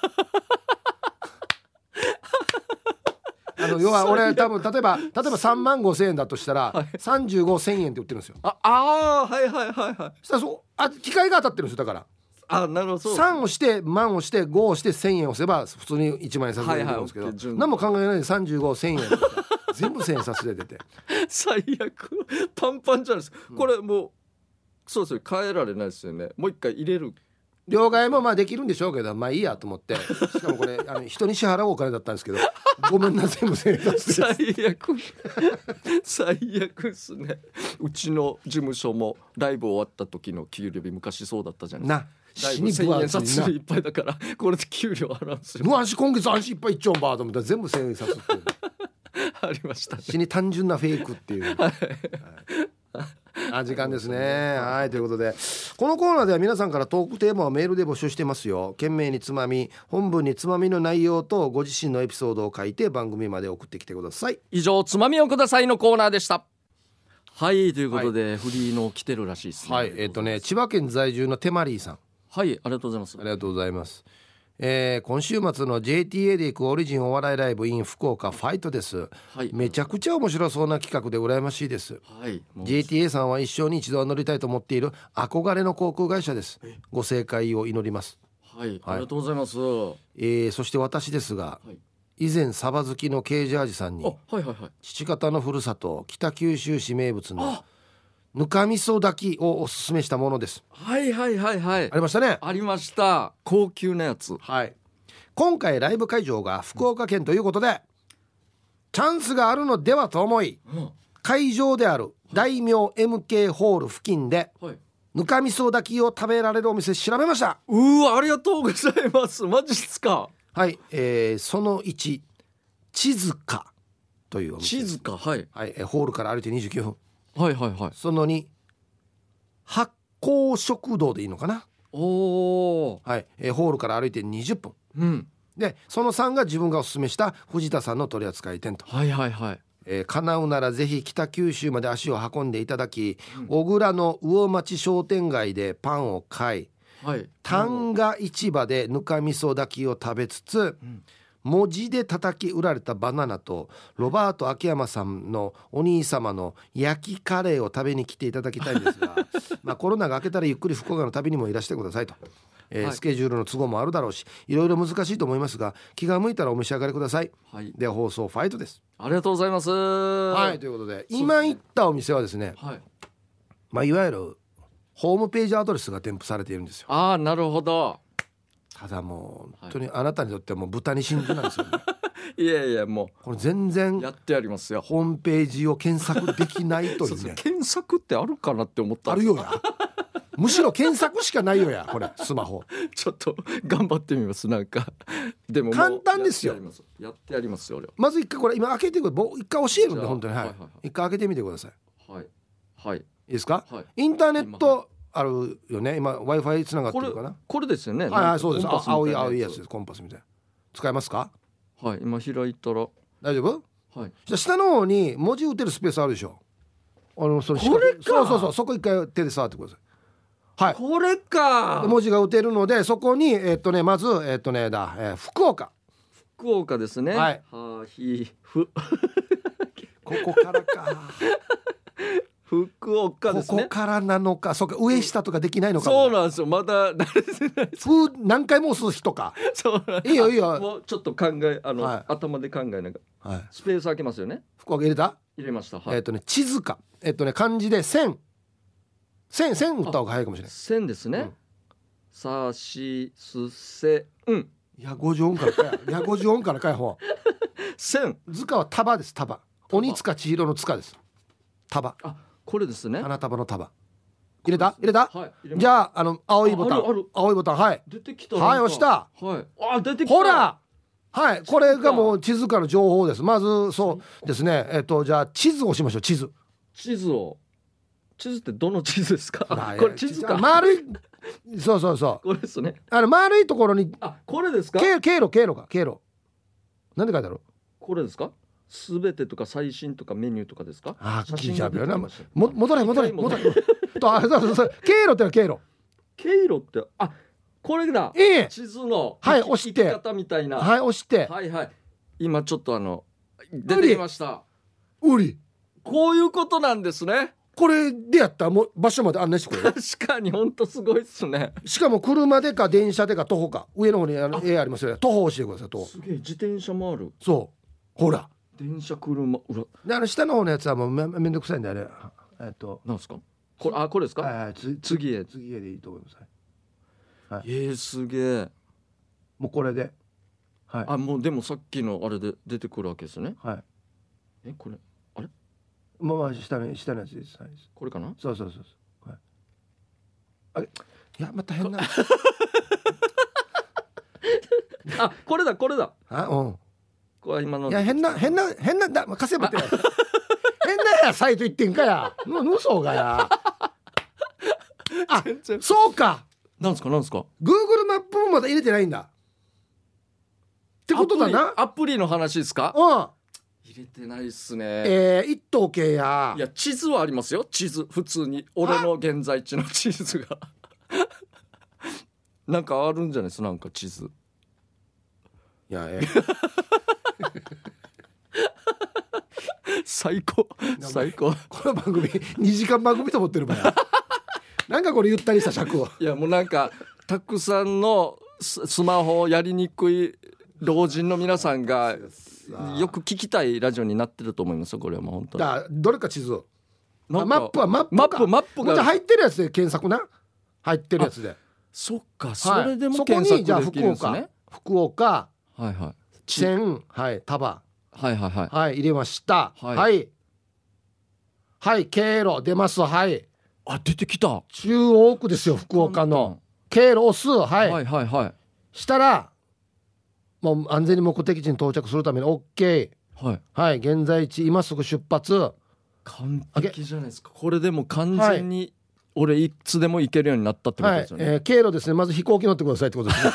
Speaker 2: あの要は俺多分例えば例えばさんまんごせんえんだとしたら、はい、さんじゅうごせんえんって売ってるんですよ。
Speaker 1: ああはいはいはいはい。
Speaker 2: そしたらそうあ機械が当たってるんですよ。だから
Speaker 1: あなるほど、
Speaker 2: さんをして万をしてごをしてせんえん押せば普通にいちまん円札で出てくるんですけど、はいはい、何も考えないでさんじゅうごせんえん全部せんえん札で出て
Speaker 1: 最悪パンパンじゃないですか、うん、これもうそうですよ、変えられないですよね。もう一回入れる
Speaker 2: 両替もまあできるんでしょうけど、まあいいやと思って、しかもこれあの人に支払うお金だったんですけどごめんな全部せんえん札
Speaker 1: 最悪最悪っすね。うちの事務所もライブ終わった時の給料日昔そうだったじゃないですか。なライブせんえん札いっぱいだからこれで給料払うんですよ。
Speaker 2: もう足今月足いっぱいいっちゃうんばと思ったら全部せんえん札って
Speaker 1: ありましたね。
Speaker 2: 死に単純なフェイクっていう、はいはい、あ時間ですね。はいということでこのコーナーでは皆さんからトークテーマをメールで募集してますよ。懸命につまみ、本文につまみの内容とご自身のエピソードを書いて番組まで送ってきてください。
Speaker 1: 以上つまみをくださいのコーナーでした。はいということで、はい、フリーの来てるらしいですね。
Speaker 2: はいえっ、ー、とね千葉県在住のテマリーさん、
Speaker 1: はいありがとうございます。
Speaker 2: ありがとうございます。えー、今週末の ジェーティーエー で行くオリジンお笑いライブ in 福岡ファイトです、はい、めちゃくちゃ面白そうな企画で羨ましいです、はい、ジェーティーエー さんは一生に一度は乗りたいと思っている憧れの航空会社です。ご正解を祈ります。
Speaker 1: はい、はい、ありがとうございます。
Speaker 2: えー、そして私ですが、はい、以前サバ好きのケージャージさんに、はいはいはい、父方のふるさと北九州市名物のぬかみそ炊きをおすすめしたものです。
Speaker 1: はいはいはいはい
Speaker 2: ありましたね。
Speaker 1: ありました。高級なやつ。
Speaker 2: はい。今回ライブ会場が福岡県ということで、うん、チャンスがあるのではと思い、うん、会場である大名 エムケー ホール付近で、はい、ぬかみそ炊きを食べられるお店調べました。
Speaker 1: うわありがとうございます。マジっすか。
Speaker 2: はい、えー、そのいち地塚というお店。
Speaker 1: 地塚はい、
Speaker 2: はい、ホールから歩いてにじゅうきゅうふん。
Speaker 1: はいはいはい。
Speaker 2: そのに発酵食堂でいいのかな。
Speaker 1: おー、
Speaker 2: はいえー、ホールから歩いてにじゅっぷん、
Speaker 1: うん、
Speaker 2: でそのさんが自分がおすすめした藤田さんの取扱店と。
Speaker 1: はいはいはい、
Speaker 2: えー、叶うならぜひ北九州まで足を運んでいただき、うん、小倉の魚町商店街でパンを買い、はい、旦過市場でぬかみそ炊きを食べつつ、うん、文字で叩き売られたバナナとロバート秋山さんのお兄様の焼きカレーを食べに来ていただきたいんですがまあコロナが明けたらゆっくり福岡の旅にもいらしてくださいと、えーはい、スケジュールの都合もあるだろうしいろいろ難しいと思いますが気が向いたらお召し上がりください、はい、では放送ファイトです。
Speaker 1: ありがとうございます。
Speaker 2: はいということで今行ったお店はですね、はいまあ、いわゆるホームページアドレスが添付されているんですよ。
Speaker 1: ああなるほど。
Speaker 2: ただもう本当にあなたにとってはもう豚に真珠なんですよね
Speaker 1: いやいやも
Speaker 2: うこれ全然
Speaker 1: やってやりますよ。
Speaker 2: ホームページを検索できないというね。
Speaker 1: そうそう検索ってあるかなって思った
Speaker 2: あるよや。むしろ検索しかないよやこれスマホ。
Speaker 1: ちょっと頑張ってみます。なんかでももう
Speaker 2: 簡単ですよ。
Speaker 1: やってやりますよ俺は。
Speaker 2: まず一回これ今開けてくれ。一回教えるんで本当に、はい
Speaker 1: はいはいはい、
Speaker 2: 一回開けてみてください。
Speaker 1: はいはい、い
Speaker 2: いですか、
Speaker 1: はい、
Speaker 2: インターネットあるよね今 Wi-Fi つながってるかな。
Speaker 1: これ、これですよね。
Speaker 2: はいはいそうです。青い青いやつです。コンパスみたいな。使えますか。
Speaker 1: はい今開いたら
Speaker 2: 大丈夫。
Speaker 1: はい。
Speaker 2: じゃ下の方に文字打てるスペースあるでしょ。あのそれ
Speaker 1: これか。
Speaker 2: そうそうそうそこ一回手で触ってください。はい、
Speaker 1: これか。
Speaker 2: 文字が打てるのでそこにえー、っとねまずえー、っとねだ、えー、福岡
Speaker 1: 福岡ですね。
Speaker 2: はい。
Speaker 1: はひふ
Speaker 2: ここからか。
Speaker 1: 福岡ですね。
Speaker 2: ここからなのか。そうか上下とかできないのかも。
Speaker 1: そうなんですよ。まだ慣れてないです。
Speaker 2: ふ何回も押す人か。
Speaker 1: そうなんです。
Speaker 2: いいよいいよ。
Speaker 1: もうちょっと考えあの、
Speaker 2: はい、
Speaker 1: 頭で考えながら、
Speaker 2: はい、
Speaker 1: スペース開けますよね。
Speaker 2: 福岡入れた。
Speaker 1: 入れました。はい、
Speaker 2: えー、っとね地図かえー、っとね漢字で線線線打った方が早いかもしれない。
Speaker 1: 線ですね。うん、さしすせうん
Speaker 2: いやごじゅう音からかや。いやごじゅう音からかやほう。
Speaker 1: 線
Speaker 2: 図鑑は束です。束。鬼塚千尋の塚です。束。
Speaker 1: あこれですね。
Speaker 2: 花束の束。入れた入れた、
Speaker 1: はい、
Speaker 2: じゃああの青いボタン。
Speaker 1: あるある
Speaker 2: 青いボタン。はい
Speaker 1: 出てきた。
Speaker 2: はい押した。
Speaker 1: はい。あ出てきた。
Speaker 2: ほらはいこれがもう地図からの情報です。まずそうですねえっとじゃあ地図を押しましょう。地図
Speaker 1: 地図を地図ってどの地図ですか。これ地図か。
Speaker 2: 丸いそうそうそう
Speaker 1: これですね。
Speaker 2: あの丸いところに
Speaker 1: あこれですか。
Speaker 2: 経経路経路か経路なんで書いてある。
Speaker 1: これですか。すべてとか最新とかメニューとかですか。
Speaker 2: あ
Speaker 1: 写真が出てきました。
Speaker 2: も戻れ戻れ戻れとあそうそうそう経路ってのは経路
Speaker 1: 経路ってあこれだ。
Speaker 2: いい
Speaker 1: 地図の
Speaker 2: はい押して
Speaker 1: 生き方みたいな。
Speaker 2: はい押して
Speaker 1: はいはい今ちょっとあの出てきました。
Speaker 2: うり
Speaker 1: こういうことなんですね。
Speaker 2: これでやったらもう場所まで案内してくれる。
Speaker 1: 確かに本当すごいっすね。
Speaker 2: しかも車でか電車でか徒歩か上の方にあの絵ありますよね。徒歩をしてください。徒歩
Speaker 1: すげえ自転車もある。
Speaker 2: そうほら
Speaker 1: 電車車裏
Speaker 2: であの下の方のやつはもう め, めんどくさいんであれえっと
Speaker 1: なんですかこれ。あこれですか。
Speaker 2: はいはい、つ
Speaker 1: 次へ
Speaker 2: 次へでいいと思います。
Speaker 1: はい、えー、すげえ。
Speaker 2: もうこれではい
Speaker 1: あもうでもさっきのあれで出てくるわけですね。
Speaker 2: はい
Speaker 1: えこれあれ
Speaker 2: まあまあ下の下のやつです、はい、
Speaker 1: これかな。
Speaker 2: そうそうそうそう、はい、あれいやまた変な
Speaker 1: あこれだこれだ。
Speaker 2: あうん
Speaker 1: これ今の
Speaker 2: いや変な変な変なだかせばって変なやサイト言ってんかやぬ嘘がやあそうか
Speaker 1: なんですかなんですか。
Speaker 2: Google マップもまだ入れてないんだってことだな。
Speaker 1: アプリの話ですか。
Speaker 2: うん
Speaker 1: 入れてないっすね。
Speaker 2: えー、一等系や
Speaker 1: いや地図はありますよ。地図普通に俺の現在地の地図がなんかあるんじゃないですか。なんか地図
Speaker 2: いやえ
Speaker 1: 最高最高。
Speaker 2: この番組にじかん番組と思ってるもんやなんかこれゆったりした尺を。
Speaker 1: いやもうなんかたくさんのス, スマホをやりにくい老人の皆さんがよく聞きたいラジオになってると思いますよ。これはもう本当に
Speaker 2: だどれか地図を
Speaker 1: マ
Speaker 2: ップはマップ
Speaker 1: マップマップが
Speaker 2: 入ってるやつで検索な入ってるやつで
Speaker 1: そっかそれでも
Speaker 2: そこ
Speaker 1: 検索
Speaker 2: にじゃあ
Speaker 1: できるんですね。
Speaker 2: 福岡
Speaker 1: はいはい
Speaker 2: 線はい束
Speaker 1: はいはいはい
Speaker 2: はい入れました
Speaker 1: はい
Speaker 2: はいはい経路出ますはい
Speaker 1: あ出てきた
Speaker 2: 中央区ですよ福岡の経路押すはい
Speaker 1: はいはいはい
Speaker 2: したらもう安全に目的地に到着するために OK
Speaker 1: はい
Speaker 2: はい現在地今すぐ出発
Speaker 1: 完璧じゃないですか。これでも完全に俺いつでも行けるようになったってことですよね。
Speaker 2: はいえー、経路ですね。まず飛行機乗ってくださいってことですね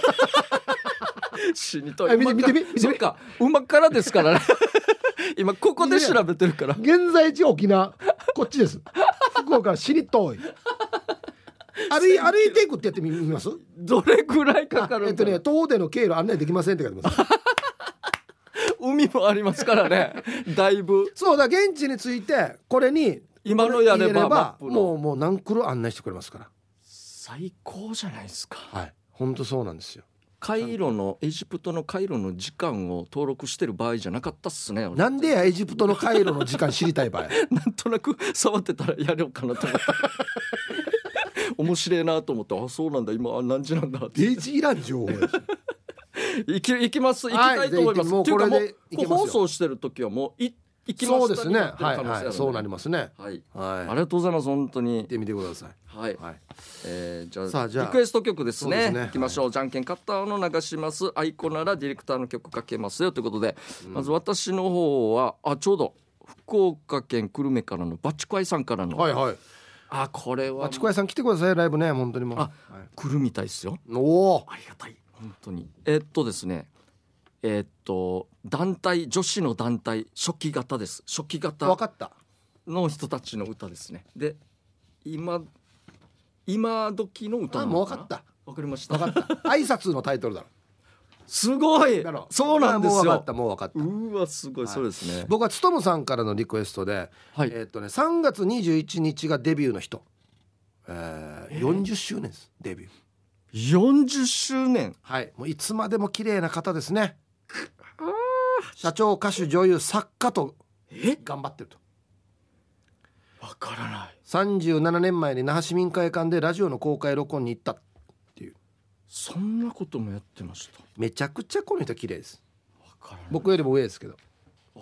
Speaker 1: 死にとい
Speaker 2: 見て見て見て
Speaker 1: そっか馬からですからね今ここで調べてるから
Speaker 2: 現在地沖縄こっちです福岡から死に遠い歩い歩いていくってやってみます
Speaker 1: どれぐらいかかるんだろう。
Speaker 2: えっとね東方での経路案内できませんって書いてます
Speaker 1: 海もありますからねだいぶ
Speaker 2: そうだ現地についてこれに
Speaker 1: 今のやればマップの
Speaker 2: もうもう何キロ案内してくれますから
Speaker 1: 最高じゃないですか。
Speaker 2: はい本当そうなんですよ。
Speaker 1: カイロのエジプトのカイロの時間を登録してる場合じゃなかったっすね。
Speaker 2: なんでやエジプトのカイロの時間知りたい場合
Speaker 1: なんとなく触ってたらやろうかなと思って面白いなと思ってあそうなんだ今何時なんだって
Speaker 2: デジいらん情報やし
Speaker 1: 行き行きます行きたいと思います、
Speaker 2: はい、
Speaker 1: っていうかもう
Speaker 2: これで
Speaker 1: 放送してる時はもうい行きました
Speaker 2: そうですね、
Speaker 1: になってる可能性あるので、
Speaker 2: はいはい、そうなりますね、
Speaker 1: はい、
Speaker 2: はい、
Speaker 1: ありがとうございます。本当に
Speaker 2: 行ってみてください。
Speaker 1: はい、
Speaker 2: はい、
Speaker 1: えー、じゃあ
Speaker 2: さあじゃあ
Speaker 1: リクエスト曲ですね。
Speaker 2: そうですね、
Speaker 1: いきましょう、はい、じゃんけん勝ったの流します。アイコならディレクターの曲かけますよということで、うん、まず私の方はあちょうど福岡県久留米からのバチコアイさんからの、
Speaker 2: はいはい、
Speaker 1: あこれは
Speaker 2: バチコアイさん来てください、ライブね、本当にもう、あ、
Speaker 1: はい、来るみたいですよ。
Speaker 2: おお、
Speaker 1: ありがたい、本当に。えー、っとですねえー、っと団体、女子の団体、初期型です。初期型
Speaker 2: 分かった
Speaker 1: の人たちの歌ですね。で今今時の歌なのかな。
Speaker 2: あ、もう分かった、
Speaker 1: 分かりました。
Speaker 2: 分かった挨拶のタイトルだろ。
Speaker 1: すごい、そうなんですよ。
Speaker 2: もう分かった、もう分かった。
Speaker 1: うわすごい、はい、そうですね。
Speaker 2: 僕はつとむさんからのリクエストで、はい、えー、っとねさんがつにじゅういちにちがデビューの人、えー、よんじゅっしゅうねんです、デビュー
Speaker 1: よんじゅっしゅうねん。
Speaker 2: はい、もういつまでも綺麗な方ですね。社長、歌手、女優、作家と頑張ってると。
Speaker 1: わからない。
Speaker 2: さんじゅうななねんまえに那覇市民会館でラジオの公開録音に行ったっていう。
Speaker 1: そんなこともやってました。
Speaker 2: めちゃくちゃこの人綺麗です。
Speaker 1: わからない。
Speaker 2: 僕よりも上ですけど。はい、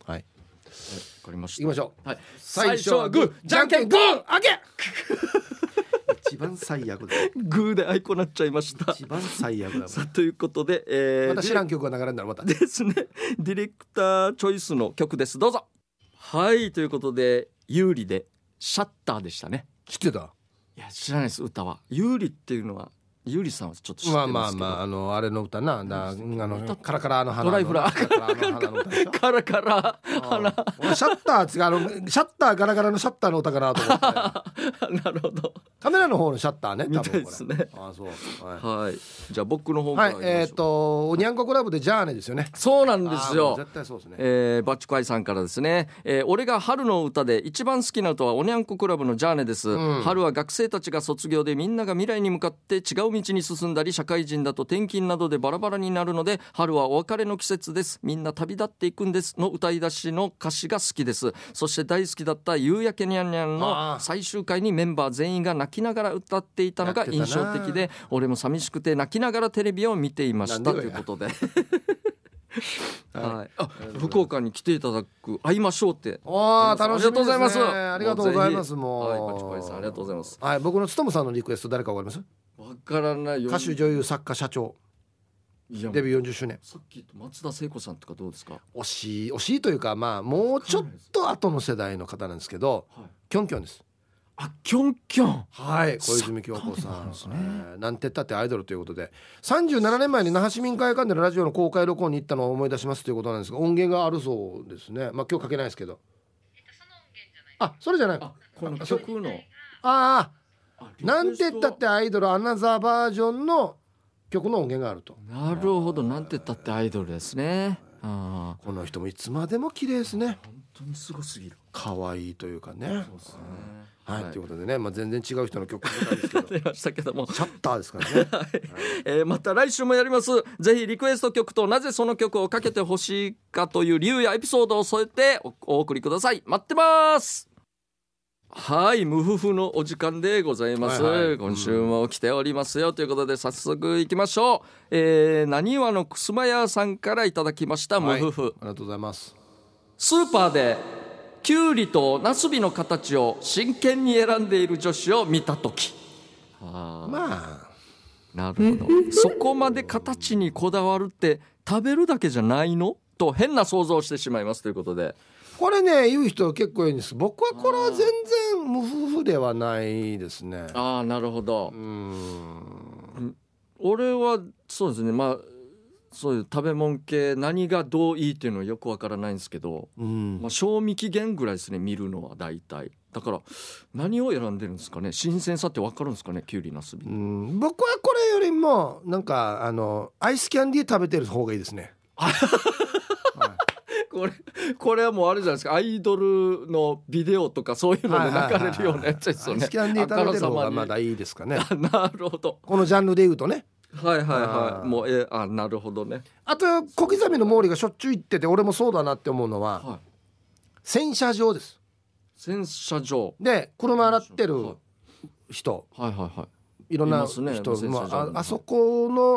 Speaker 1: わかりました。
Speaker 2: 行きましょ
Speaker 1: う、はい、
Speaker 2: 最初はグー、じゃんけんグー、あげ一番最悪だ。
Speaker 1: グーでアイコなっちゃいました。
Speaker 2: 一番最悪だ。
Speaker 1: さあということで、えー、
Speaker 2: また知らん曲が流れるんだろ、また
Speaker 1: ですね。ディレクターチョイスの曲です、どうぞ。はい、ということで有利でシャッターでしたね。
Speaker 2: 知ってた？
Speaker 1: いや知らないです。歌は有利っていうのは有利さんはちょっと知ってますけど、まあまあまあ
Speaker 2: あのあれの歌な、なあのカラカラの花
Speaker 1: ドライフラーカラカラ花
Speaker 2: シャッターあのシャッターガラガラのシャッターの歌かなと思って
Speaker 1: なるほど、
Speaker 2: カメラの方のシャッターね、
Speaker 1: みたいですね。
Speaker 2: あそう、はい、
Speaker 1: はい、じゃあ僕の方から
Speaker 2: はい、えっ、ー、とおにゃんこクラブでジャーネですよね。
Speaker 1: そうなんですよ。
Speaker 2: 絶対そうですね。
Speaker 1: えー、バッチコアイさんからですね、えー、俺が春の歌で一番好きな歌はおにゃんこクラブのジャーネです、うん、春は学生たちが卒業でみんなが未来に向かって違う道に進んだり、社会人だと転勤などでバラバラになるので、春はお別れの季節です、みんな旅立っていくんですの歌い出しの歌詞が好きです。そして大好きだった夕焼けにゃんにゃんの最終回にメンバー全員が泣きながら歌っていたのが印象的で、俺も寂しくて泣きながらテレビを見ていましたということではい、あ、福岡に来ていただく、会いましょうって。
Speaker 2: ああ、楽しみですね。
Speaker 1: ありがとうございます。
Speaker 2: ありがとうございます。もう、
Speaker 1: はい、バチコアイさんありがとうございます。
Speaker 2: はい、僕のつとむさんのリクエスト誰かわかります？
Speaker 1: わからないよ。
Speaker 2: 歌手、女優、作家、社長、デビューよんじゅっしゅうねん。
Speaker 1: さっき松田聖子さんとかどうですか？
Speaker 2: 惜しい惜しいというか、まあもうちょっと後の世代の方なんですけど、はい、キョンキョンです。
Speaker 1: あ、キョンキョン、
Speaker 2: はい、小泉京子さん、ね、えー、なんて言ったってアイドルということで、さんじゅうななねんまえに那覇市民会館でのラジオの公開録音に行ったのを思い出しますということなんですが、音源があるそうですね。まあ今日かけないですけど、あ、それじゃない、
Speaker 1: あ、この曲の、
Speaker 2: ああ、なんて言ったってアイドルアナザーバージョンの曲の音源があると。
Speaker 1: なるほど、なんて言ったってアイドルですね。あ、
Speaker 2: この人もいつまでも綺麗ですね。
Speaker 1: 本当にすごすぎる。
Speaker 2: 可愛いというかね。
Speaker 1: そうですね。
Speaker 2: はい、はい、ということでね、まあ、全然違う人の曲ですけど
Speaker 1: 出ましたけども、
Speaker 2: シャッターですからね、
Speaker 1: はい、えー、また来週もやります。ぜひリクエスト曲となぜその曲をかけてほしいかという理由やエピソードを添えて お, お送りください。待ってます。はい、無夫婦のお時間でございます、はいはい、今週も来ておりますよ、うん、ということで早速いきましょう。えー、なにわのくすまやさんからいただきました、無夫婦、はい、
Speaker 2: ありがとうございます。
Speaker 1: スーパーでキュウリとナスビの形を真剣に選んでいる女子を見たとき、
Speaker 2: あ、まあ
Speaker 1: なるほどそこまで形にこだわるって食べるだけじゃないのと変な想像をしてしまいますということで、
Speaker 2: これね言う人結構いいんです。僕はこれは全然無夫婦ではないですね。
Speaker 1: ああ、なるほど。
Speaker 2: うーん、
Speaker 1: 俺はそうですね、まあそういう食べ物系何がどういいっていうのはよくわからないんですけど、
Speaker 2: うん、
Speaker 1: まあ、賞味期限ぐらいですね、見るのは大体。だから何を選んでるんですかね。新鮮さってわかるんですかね、キュウリナスビ。
Speaker 2: うん、僕はこれよりもなんかあのアイスキャンディー食べてる方がいいですねはい、
Speaker 1: これこれはもうあれじゃないですか、アイドルのビデオとかそういうので流れるようなやつですよね。
Speaker 2: アイスキャンディー食べてる方がまだいいですかね
Speaker 1: なるほど、
Speaker 2: このジャンルで言うとね。
Speaker 1: はいはいはい、もうえあなるほどね。
Speaker 2: あと小刻みの毛利がしょっちゅう行ってて、俺もそうだなって思うのは、はい、洗車場です。
Speaker 1: 洗車場
Speaker 2: で車洗ってる人、
Speaker 1: はいはいはい、
Speaker 2: いろんな人、ね、まあ、あ, あそこの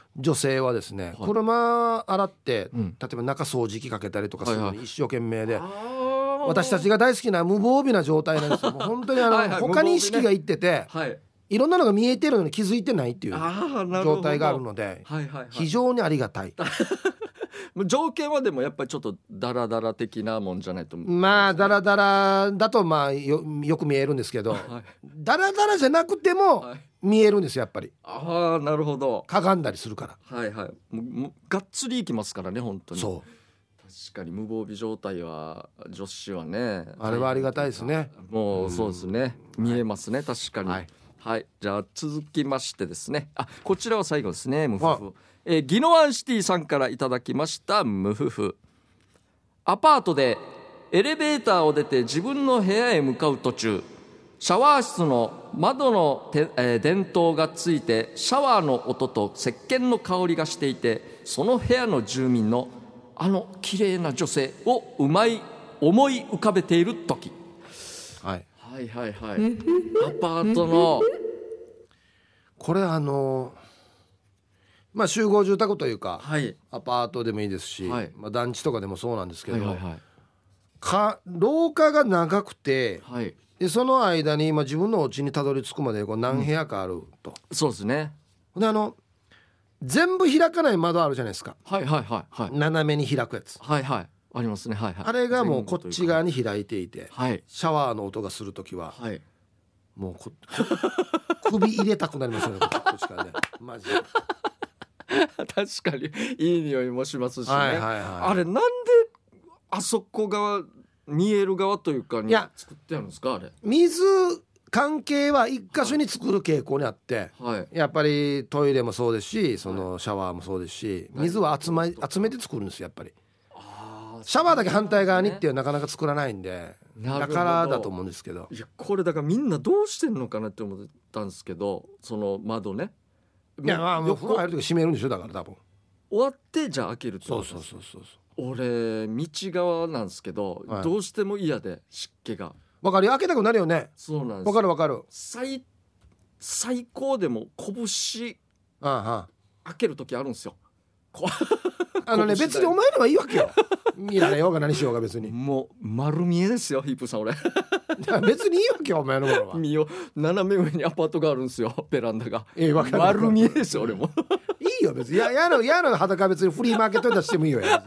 Speaker 2: 女性はですね、
Speaker 1: はい、
Speaker 2: 車洗って、
Speaker 1: うん、
Speaker 2: 例えば中掃除機かけたりとかするのに一生懸命で、
Speaker 1: はいはい、
Speaker 2: 私たちが大好きな無防備な状態なんですよ。もう本当にあのはい、はい、他に意識がいってて、はい、いろんなのが見えてるのに気づいてないっていう状態があるので、はいはいはい、非常にありがたい
Speaker 1: 条件はでもやっぱりちょっとダラダラ的なもんじゃないと、
Speaker 2: まあダラダラだとまあ よ, よく見えるんですけど、はい、ダラダラじゃなくても見えるんですよやっぱり。
Speaker 1: ああなるほど。
Speaker 2: かがんだりするから、
Speaker 1: はいはい、ももがっつりいきますからね本当に。
Speaker 2: そう
Speaker 1: 確かに無防備状態は女子はね
Speaker 2: あれはありがたいですね。
Speaker 1: もうそうですね、見えますね、はい、確かに、はいはい、じゃあ続きましてですね、あこちらは最後ですね。ムフフ、えー、ギノワンシティさんからいただきました。ムフフ、アパートでエレベーターを出て自分の部屋へ向かう途中、シャワー室の窓のて、えー、電灯がついてシャワーの音と石鹸の香りがしていて、その部屋の住民のあの綺麗な女性をうまい思い浮かべている時、はい、はいはいはいアパートの
Speaker 2: これあのまあ集合住宅というか、
Speaker 1: はい、
Speaker 2: アパートでもいいですし、はい、まあ、団地とかでもそうなんですけど、はいはいはい、か廊下が長くて、はい、でその間に、まあ、自分のお家にたどり着くまでこう何部屋かあると、
Speaker 1: うん、そうですね。
Speaker 2: であの全部開かない窓あるじゃないですか、
Speaker 1: はいはいはい、はい、
Speaker 2: 斜めに開くやつ、
Speaker 1: はいはいありますね、はいはい、
Speaker 2: あれがもうこっち側に開いていて、
Speaker 1: はい、
Speaker 2: シャワーの音がするときは、はい、もうこ首入れたくなりますよねこっちからねマジで
Speaker 1: 確かにいい匂いもしますしね、
Speaker 2: はいはいはい、
Speaker 1: あれなんであそこ側見える側というかに作ってあるんですか。あれ
Speaker 2: 水関係は一箇所に作る傾向にあって、はい、やっぱりトイレもそうですし、そのシャワーもそうですし、水は集、ま、集めて作るんですよやっぱり。あシャワーだけ反対側にっていうなかなか作らないんで、だからだと思うんですけど、
Speaker 1: いやこれだからみんなどうしてんのかなって思ったんですけど、その窓ね、
Speaker 2: いやまあもう風呂入るとき閉めるんでしょ、だから多分
Speaker 1: 終わってじゃあ開けるってことです。
Speaker 2: そうそうそうそう。
Speaker 1: 俺道側なんですけど、はい、どうしても嫌で湿気が
Speaker 2: わかるよ、開けたくなるよね。
Speaker 1: そうなんです。
Speaker 2: わかるわかる。
Speaker 1: 最最高でも拳開ける時あるんですよ。
Speaker 2: あのね別にお前のはいいわけよ見られようが何しようが別に
Speaker 1: もう丸見えですよヒープさん俺
Speaker 2: 別にいいわけよお前のものは。
Speaker 1: 見よ斜め上にアパートがあるんですよ、ベランダが、
Speaker 2: えー、わかる
Speaker 1: 丸見えですよ俺も
Speaker 2: いいよ別に、ややのやの裸は別にフリーマーケットに出してもいいよや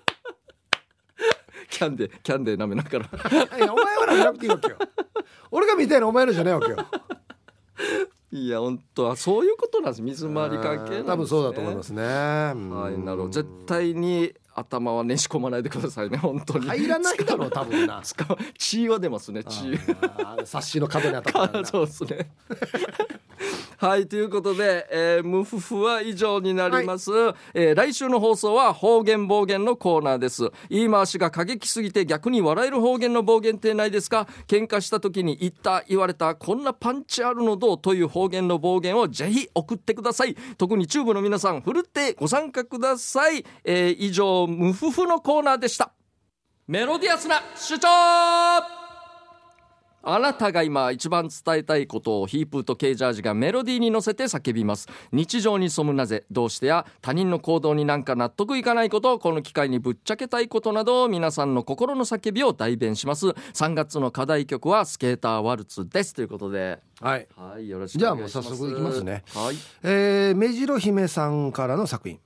Speaker 1: キャンデーキャンデー舐めながら
Speaker 2: いやお前は舐めなくていいわけよ俺が見たいのお前のじゃないわけよ
Speaker 1: いや本当はそういうことなんです。水回り関係なんですね。
Speaker 2: 多分そうだと思いますね。
Speaker 1: はい、なるほど。絶対に頭はねし込まないでくださいね本当に。
Speaker 2: 入らないだろう多分な。
Speaker 1: 血は出ますね、血。
Speaker 2: 冊子の角に当たった
Speaker 1: そうですねはいということで、えー、ムフフは以上になります、はい、えー、来週の放送は方言暴言のコーナーです。言い回しが過激すぎて逆に笑える方言の暴言ってないですか。喧嘩した時に言った言われたこんなパンチあるのどうという方言の暴言をぜひ送ってください。特にチューブの皆さんふるってご参加ください、えー、以上ムフフのコーナーでした。メロディアスな主張、あなたが今一番伝えたいことをヒープーとケイジャージがメロディーに乗せて叫びます。日常に潜むなぜ、どうしてや他人の行動になんか納得いかないこと、この機会にぶっちゃけたいことなど皆さんの心の叫びを代弁します。さんがつの課題曲はスケーターワルツですということで、
Speaker 2: はい、
Speaker 1: はい、よろしくお願いします。
Speaker 2: じゃあもう早速いきますね、
Speaker 1: はい、
Speaker 2: えー、目白姫さんからの作品、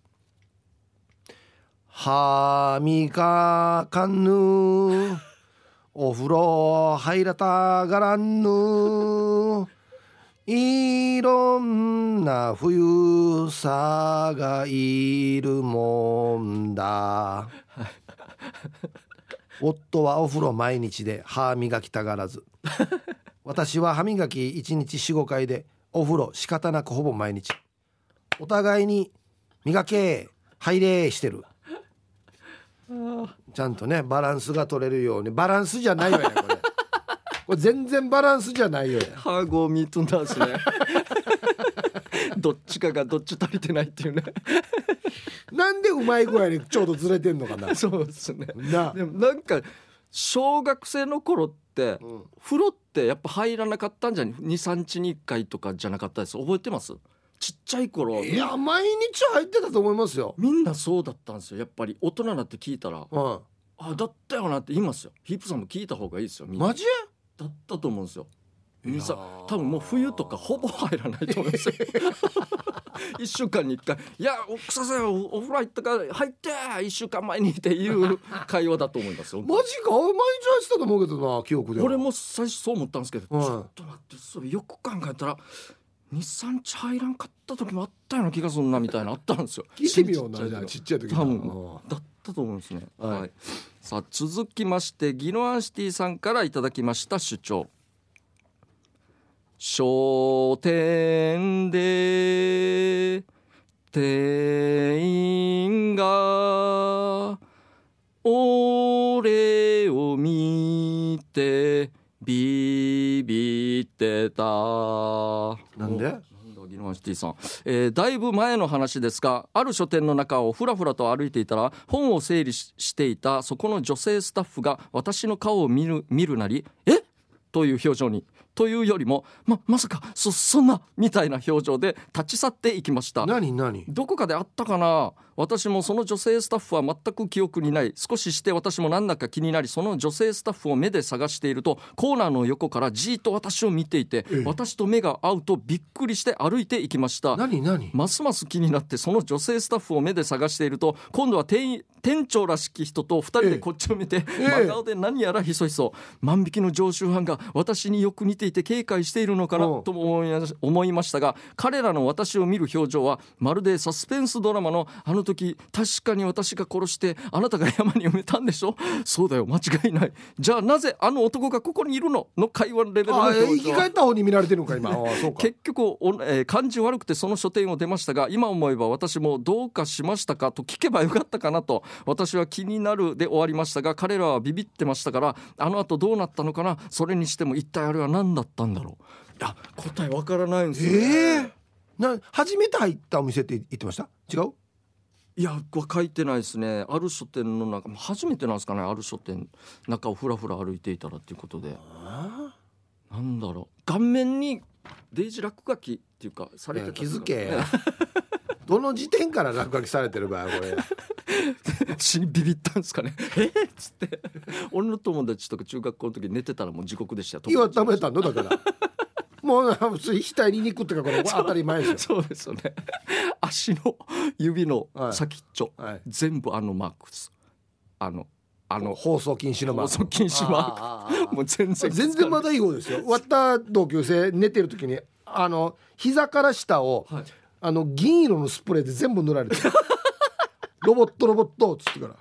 Speaker 2: はみがかぬお風呂入らたがらんぬ、いろんな冬さがいるもんだ夫はお風呂毎日で歯磨きたがらず私は歯磨きいちにち よん,ご 回でお風呂仕方なくほぼ毎日、お互いに磨け入れしてる。ちゃんとねバランスが取れるように、バランスじゃないわよこれこれ全然バランスじゃないよ。
Speaker 1: ハーゴーミートンダンスねどっちかがどっち足りてないっていうね
Speaker 2: なんでうまい具合にちょうどずれてんのかな
Speaker 1: そうですね。なでもなんか小学生の頃って、うん、風呂ってやっぱ入らなかったんじゃにさんにちにいっかいとかじゃなかったです。覚えてます？ ちっちゃい頃
Speaker 2: いや毎日入ってたと思いますよ。
Speaker 1: みんなそうだったんですよ。やっぱり大人になって聞いたら、
Speaker 2: うん、
Speaker 1: あだったよなって言いますよ。ヒップさんも聞いた方がいいですよ。みんな
Speaker 2: マジ
Speaker 1: だったと思うんですよ。
Speaker 2: いや
Speaker 1: さ多分もう冬とかほぼ入らないと思うんですよいっしゅうかんにいっかいいや草さんお風呂入ったから入っていっしゅうかんまえにっていう会話だと思いますよ。
Speaker 2: マジか毎日入ってたと思うけどな記憶では。
Speaker 1: 俺も最初そう思ったんですけど、
Speaker 2: うん、
Speaker 1: ちょっと待ってそれよく考えたらにさんにち入らんかった時もあったような気がするなみたいなあったんですよ。
Speaker 2: 聞いてみようなじゃあちっちゃい時
Speaker 1: 多分だったと思うんですね、はいはい、さあ続きましてギノアンシティさんからいただきました主張。商店で店員が俺を見てビビってた。
Speaker 2: なんで
Speaker 1: ギノアンシティさん、えー、だいぶ前の話ですが、ある書店の中をふらふらと歩いていたら本を整理 し, していたそこの女性スタッフが私の顔を見る見るなりえという表情に、というよりも ま, まさか そ, そんなみたいな表情で立ち去っていきました。
Speaker 2: 何何
Speaker 1: どこかであったかな。私もその女性スタッフは全く記憶にない。少しして私もなんだか気になり、その女性スタッフを目で探しているとコーナーの横からじーっと私を見ていて、私と目が合うとびっくりして歩いていきました。
Speaker 2: 何何
Speaker 1: ますます気になってその女性スタッフを目で探していると、今度は店店長らしき人とふたりでこっちを見て、ええ、真顔で何やらひそひそ。万引きの常習犯が私によく似ていて警戒しているのかなと思い、思いましたが、彼らの私を見る表情はまるでサスペンスドラマのあの時確かに私が殺してあなたが山に埋めたんでしょ。そうだよ間違いない。じゃあなぜあの男がここにいるのの会話レベルの表情。
Speaker 2: 生き返った方に見られてるのか今あそうか
Speaker 1: 結局お、えー、感じ悪くてその書店を出ましたが、今思えば私もどうかしましたかと聞けばよかったかなと。私は気になるで終わりましたが、彼らはビビってましたから、あの後どうなったのかな。それにしても一体あれは何だったんだろう。いや答えわからないんですよ、ね。
Speaker 2: えー、な初めて入ったお店って言ってました？違う？
Speaker 1: いや書いてないですね。ある書店の中初めてなんですかね。ある書店中をふらふら歩いていたらっていうことで、あなんだろう、顔面にデイジ落書きっていうかされてた、
Speaker 2: 気づけどの時点から落書きされてる場合これ
Speaker 1: 死にビビったんですかねえっつって俺の友達とか中学校の時寝てたらもう地獄でしたよ。
Speaker 2: 今食べたのだからもう普通額に肉ってかこれ当たり前です
Speaker 1: よ。そうですよね。足の指の先っちょ、
Speaker 2: はいはい、
Speaker 1: 全部あのマークです。あのあの
Speaker 2: 放送禁止のマーク。
Speaker 1: 放送禁止マークもう全然
Speaker 2: 全然まだいい方ですよ。割った同級生寝てる時にあの膝から下を、はい、あの銀色のスプレーで全部塗られてロボットロボットっつってから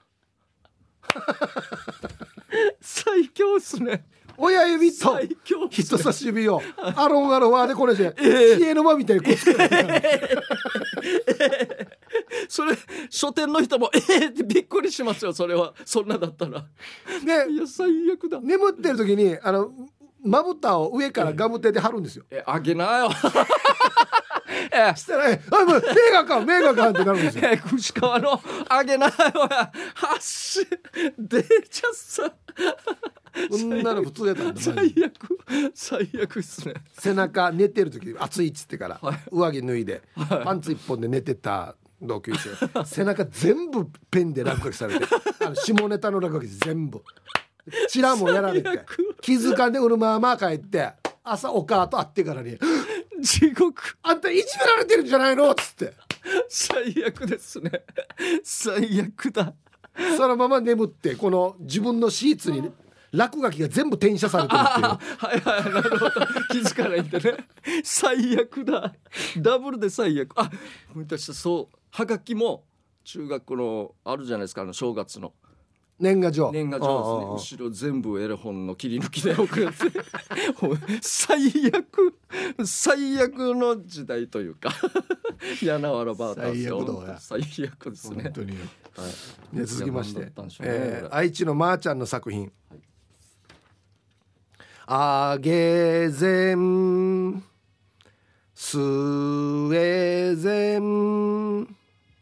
Speaker 1: 最強っすね。
Speaker 2: 親指と人差し指をアロンアロワーでこれで知恵の間みたいにこうつけられて、え
Speaker 1: ー、それ書店の人もえーってびっくりしますよ。それはそんなだったら
Speaker 2: で
Speaker 1: いや最悪だ。
Speaker 2: 眠ってる時にあのまぶたを上からガムテで貼るんですよ。
Speaker 1: えあげなよ
Speaker 2: えしたら、えあもう目がかん目がかんってなるんですよ。
Speaker 1: え串川のあげなよ発し出ちゃさ
Speaker 2: こんなの普通やったんだ。
Speaker 1: 最悪最悪っすね。
Speaker 2: 背中寝てる時暑いっつってから、はい、上着脱いで、はい、パンツ一本で寝てた同級生背中全部ペンで落書きされてあの下ネタの落書き全部チラもやられて気づかんでうるまま帰って朝お母と会ってからに
Speaker 1: 地獄
Speaker 2: あんたいじめられてるんじゃないのっつって
Speaker 1: 最悪ですね。最悪だ。
Speaker 2: そのまま眠ってこの自分のシーツに落書きが全部転写されてるっていう。
Speaker 1: はいはいなるほど気づかないんでね。最悪だ。ダブルで最悪。あ私そうはがきも中学校のあるじゃないですか、あの正月の
Speaker 2: 年賀状
Speaker 1: 年賀状ですね。後ろ全部エレフォンの切り抜きで送るやつ最悪最悪の時代というか柳原バーター
Speaker 2: 最悪だ
Speaker 1: 最悪ですね
Speaker 2: 本当に、はい、で続きまして、
Speaker 1: ね
Speaker 2: えー、愛知のまーちゃんの作品、はい、あげぜんスウェーデン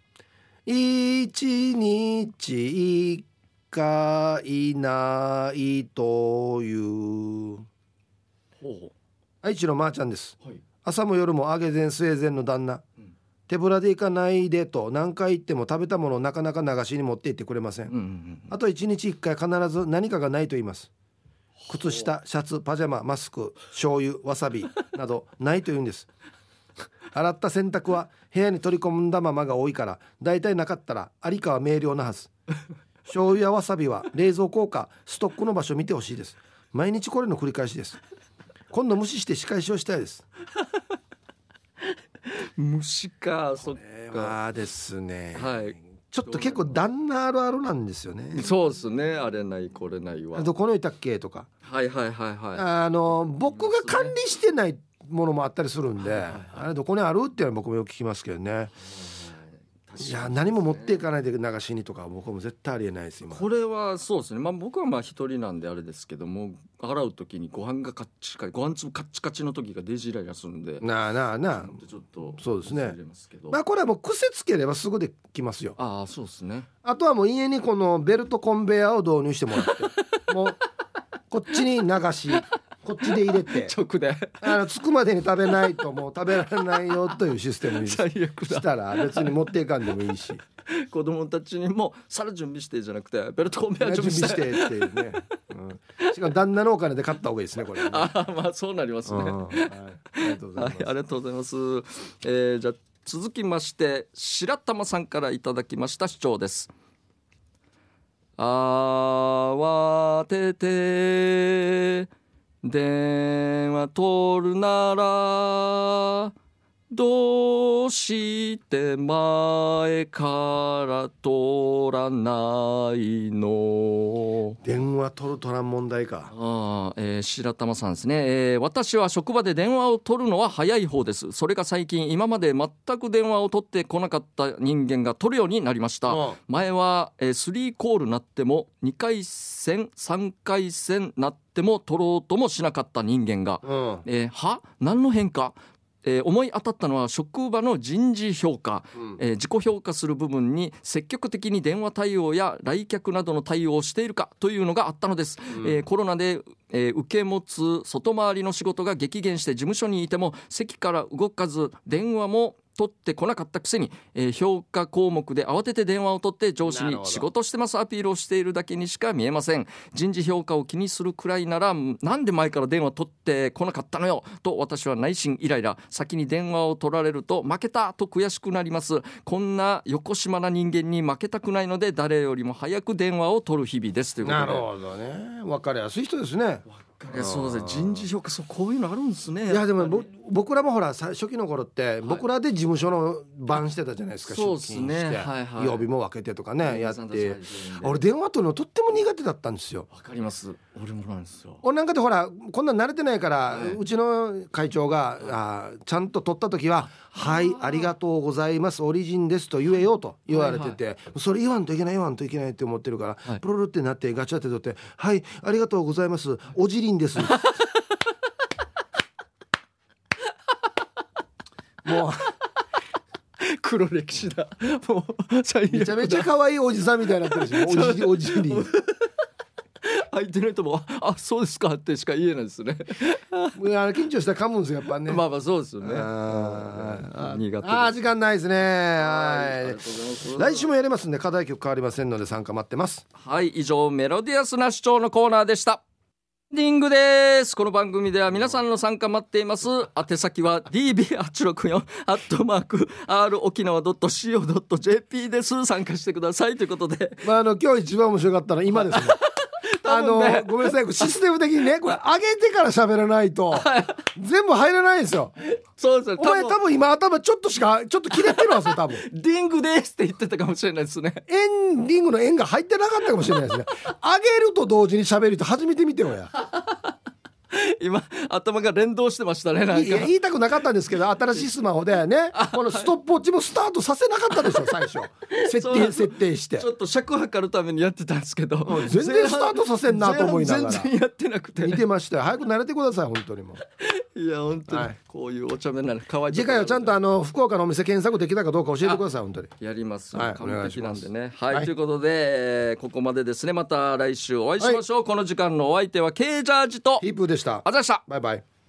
Speaker 2: 一日一回ないという。ほうほう愛知のまーちゃんです、はい、 朝も夜も揚げ膳据え膳の旦那、うん、手ぶらで行かないでと何回言っても食べたものをなかなか流しに持って行ってくれません、うんうんうん、あといちにちいっかい必ず何かがないと言います。靴下、シャツ、パジャマ、マスク、醤油、わさびなどないと言うんです。洗った洗濯は部屋に取り込んだままが多いからだいたいなかったらありかは明瞭なはず。醤油やわさびは冷蔵庫かストックの場所を見てほしいです。毎日これの繰り返しです。今度無視して仕返しをしたいです。
Speaker 1: 無視か。そっか。
Speaker 2: これはですね、
Speaker 1: はい、
Speaker 2: ちょっと結構旦那あるあるなんですよね。
Speaker 1: そうですね。あれないこれないわ。
Speaker 2: どこのいたっけとか。
Speaker 1: はいはいはいはい。あ
Speaker 2: の僕が管理してないものもあったりするんで、はいはいはい、あれどこにあるっていうのは僕もよく聞きますけどね。いや何も持っていかないで流しにとか僕も絶対ありえないです今。
Speaker 1: これはそうですね、まあ、僕はまあ一人なんであれですけども、洗う時にご飯がカッチカチご飯粒カッチカチの時がデジイライラするんで、
Speaker 2: なあなあなあ
Speaker 1: ちょっと
Speaker 2: そうですね。まあこれはもう癖つければすぐできますよ。
Speaker 1: ああそうですね。
Speaker 2: あとはもう家にこのベルトコンベヤーを導入してもらってもうこっちに流しこっちで入れて
Speaker 1: 直で
Speaker 2: あの着くまでに食べないともう食べられないよというシステムにしたら別に持っていかんでもいいし
Speaker 1: 子供たちにも皿準備してじゃなくてベルトコンベヤー準備して
Speaker 2: っていうね、うん、しかも旦那のお金で買った方がいいですねこれね。
Speaker 1: あまあそうなりますね、はい、ありがとうございます、はい、ありがとうございます、えー、じゃあ続きまして白玉さんからいただきました主張です。慌てて電話取るならどうして前から取らないの。
Speaker 2: 電話取る取らん問題か。
Speaker 1: あ、えー、白玉さんですね、えー、私は職場で電話を取るのは早い方です。それが最近今まで全く電話を取ってこなかった人間が取るようになりました。前は、えー、スリーコールなってもにかい戦さんかい戦なっても取ろうともしなかった人間が、うん、えー、は何の変化、えー、思い当たったのは職場の人事評価、うんえー、自己評価する部分に積極的に電話対応や来客などの対応をしているかというのがあったのです、うんえー、コロナで、えー、受け持つ外回りの仕事が激減して事務所にいても席から動かず電話も取ってこなかったくせに、えー、評価項目で慌てて電話を取って上司に仕事してますアピールをしているだけにしか見えません。人事評価を気にするくらいならなんで前から電話取ってこなかったのよと私は内心イライラ。先に電話を取られると負けたと悔しくなります。こんな横島な人間に負けたくないので誰よりも早く電話を取る日々ですということで。
Speaker 2: なるほどね、分かりやすい人ですね。
Speaker 1: そうですね、人事評価そうこういうのあるんですね。
Speaker 2: いやでも僕らもほら初期の頃って僕らで事務所の番してたじゃないですか、
Speaker 1: はい、そうですね、
Speaker 2: はいはい、曜日も分けてとかねやって、俺電話取るのとっても苦手だったんですよ。
Speaker 1: わかります、俺もなんですよ。
Speaker 2: 俺なんかでほらこんな慣れてないから、はい、うちの会長があちゃんと取った時ははいありがとうございますオリジンですと言えようと言われてて、はいはい、それ言わんといけない言わんといけないって思ってるから、はい、プロルってなってガチャって取ってはいありがとうございますおじりんですもう
Speaker 1: 黒歴史だもう最悪だ。
Speaker 2: めちゃめちゃ可愛いおじさんみたいになってるしおじおじりん
Speaker 1: 相手の人もあそうですかってしか言えないですね
Speaker 2: 緊張したら噛むんですよやっぱね。
Speaker 1: まあまあそうですよね。
Speaker 2: あ苦手ああ時間ないですね。はい、来週もやりますんで課題曲変わりませんので参加待ってます。
Speaker 1: はい、以上メロディアスな主張のコーナーでした。ディングです。この番組では皆さんの参加待っています。宛先は ディービーはちろくよん アットマーク アール 沖縄 ドット シーオー ドット ジェーピー です。参加してくださいということで、
Speaker 2: まあ、あの今日一番面白かったのは今ですねあのごめんなさいシステム的にねこれ上げてから喋らないと全部入らないんですよ。
Speaker 1: そうですよ。
Speaker 2: お前多分今頭ちょっとしかちょっと切れてるんですよ多分
Speaker 1: ディングですって言ってたかもしれないですね。
Speaker 2: エンディングの円が入ってなかったかもしれないですね上げると同時に喋ると初めて見てよや
Speaker 1: 今頭が連動してましたね。なんかいや
Speaker 2: 言いたくなかったんですけど新しいスマホでねこのストップウォッチもスタートさせなかったでしょ最初設定設定して
Speaker 1: ちょっと尺測るためにやってたんですけど
Speaker 2: 全然スタートさせんなと思いながら
Speaker 1: 全然やってなくて、ね、
Speaker 2: 見てましたよ。早く慣れてください本当にも
Speaker 1: ういや本当に、はい、こういうお茶目な可愛い。
Speaker 2: 次回はちゃんとあの福岡のお店検索できたかどうか教えてください本当に。
Speaker 1: やります、はい、完璧なんでね。はい、はい、ということで、えー、ここまでですね。また来週お会いしましょう、はい、この時間のお相手は K ジャージと
Speaker 2: ヒープーでした。
Speaker 1: あざした。
Speaker 2: バイバイ。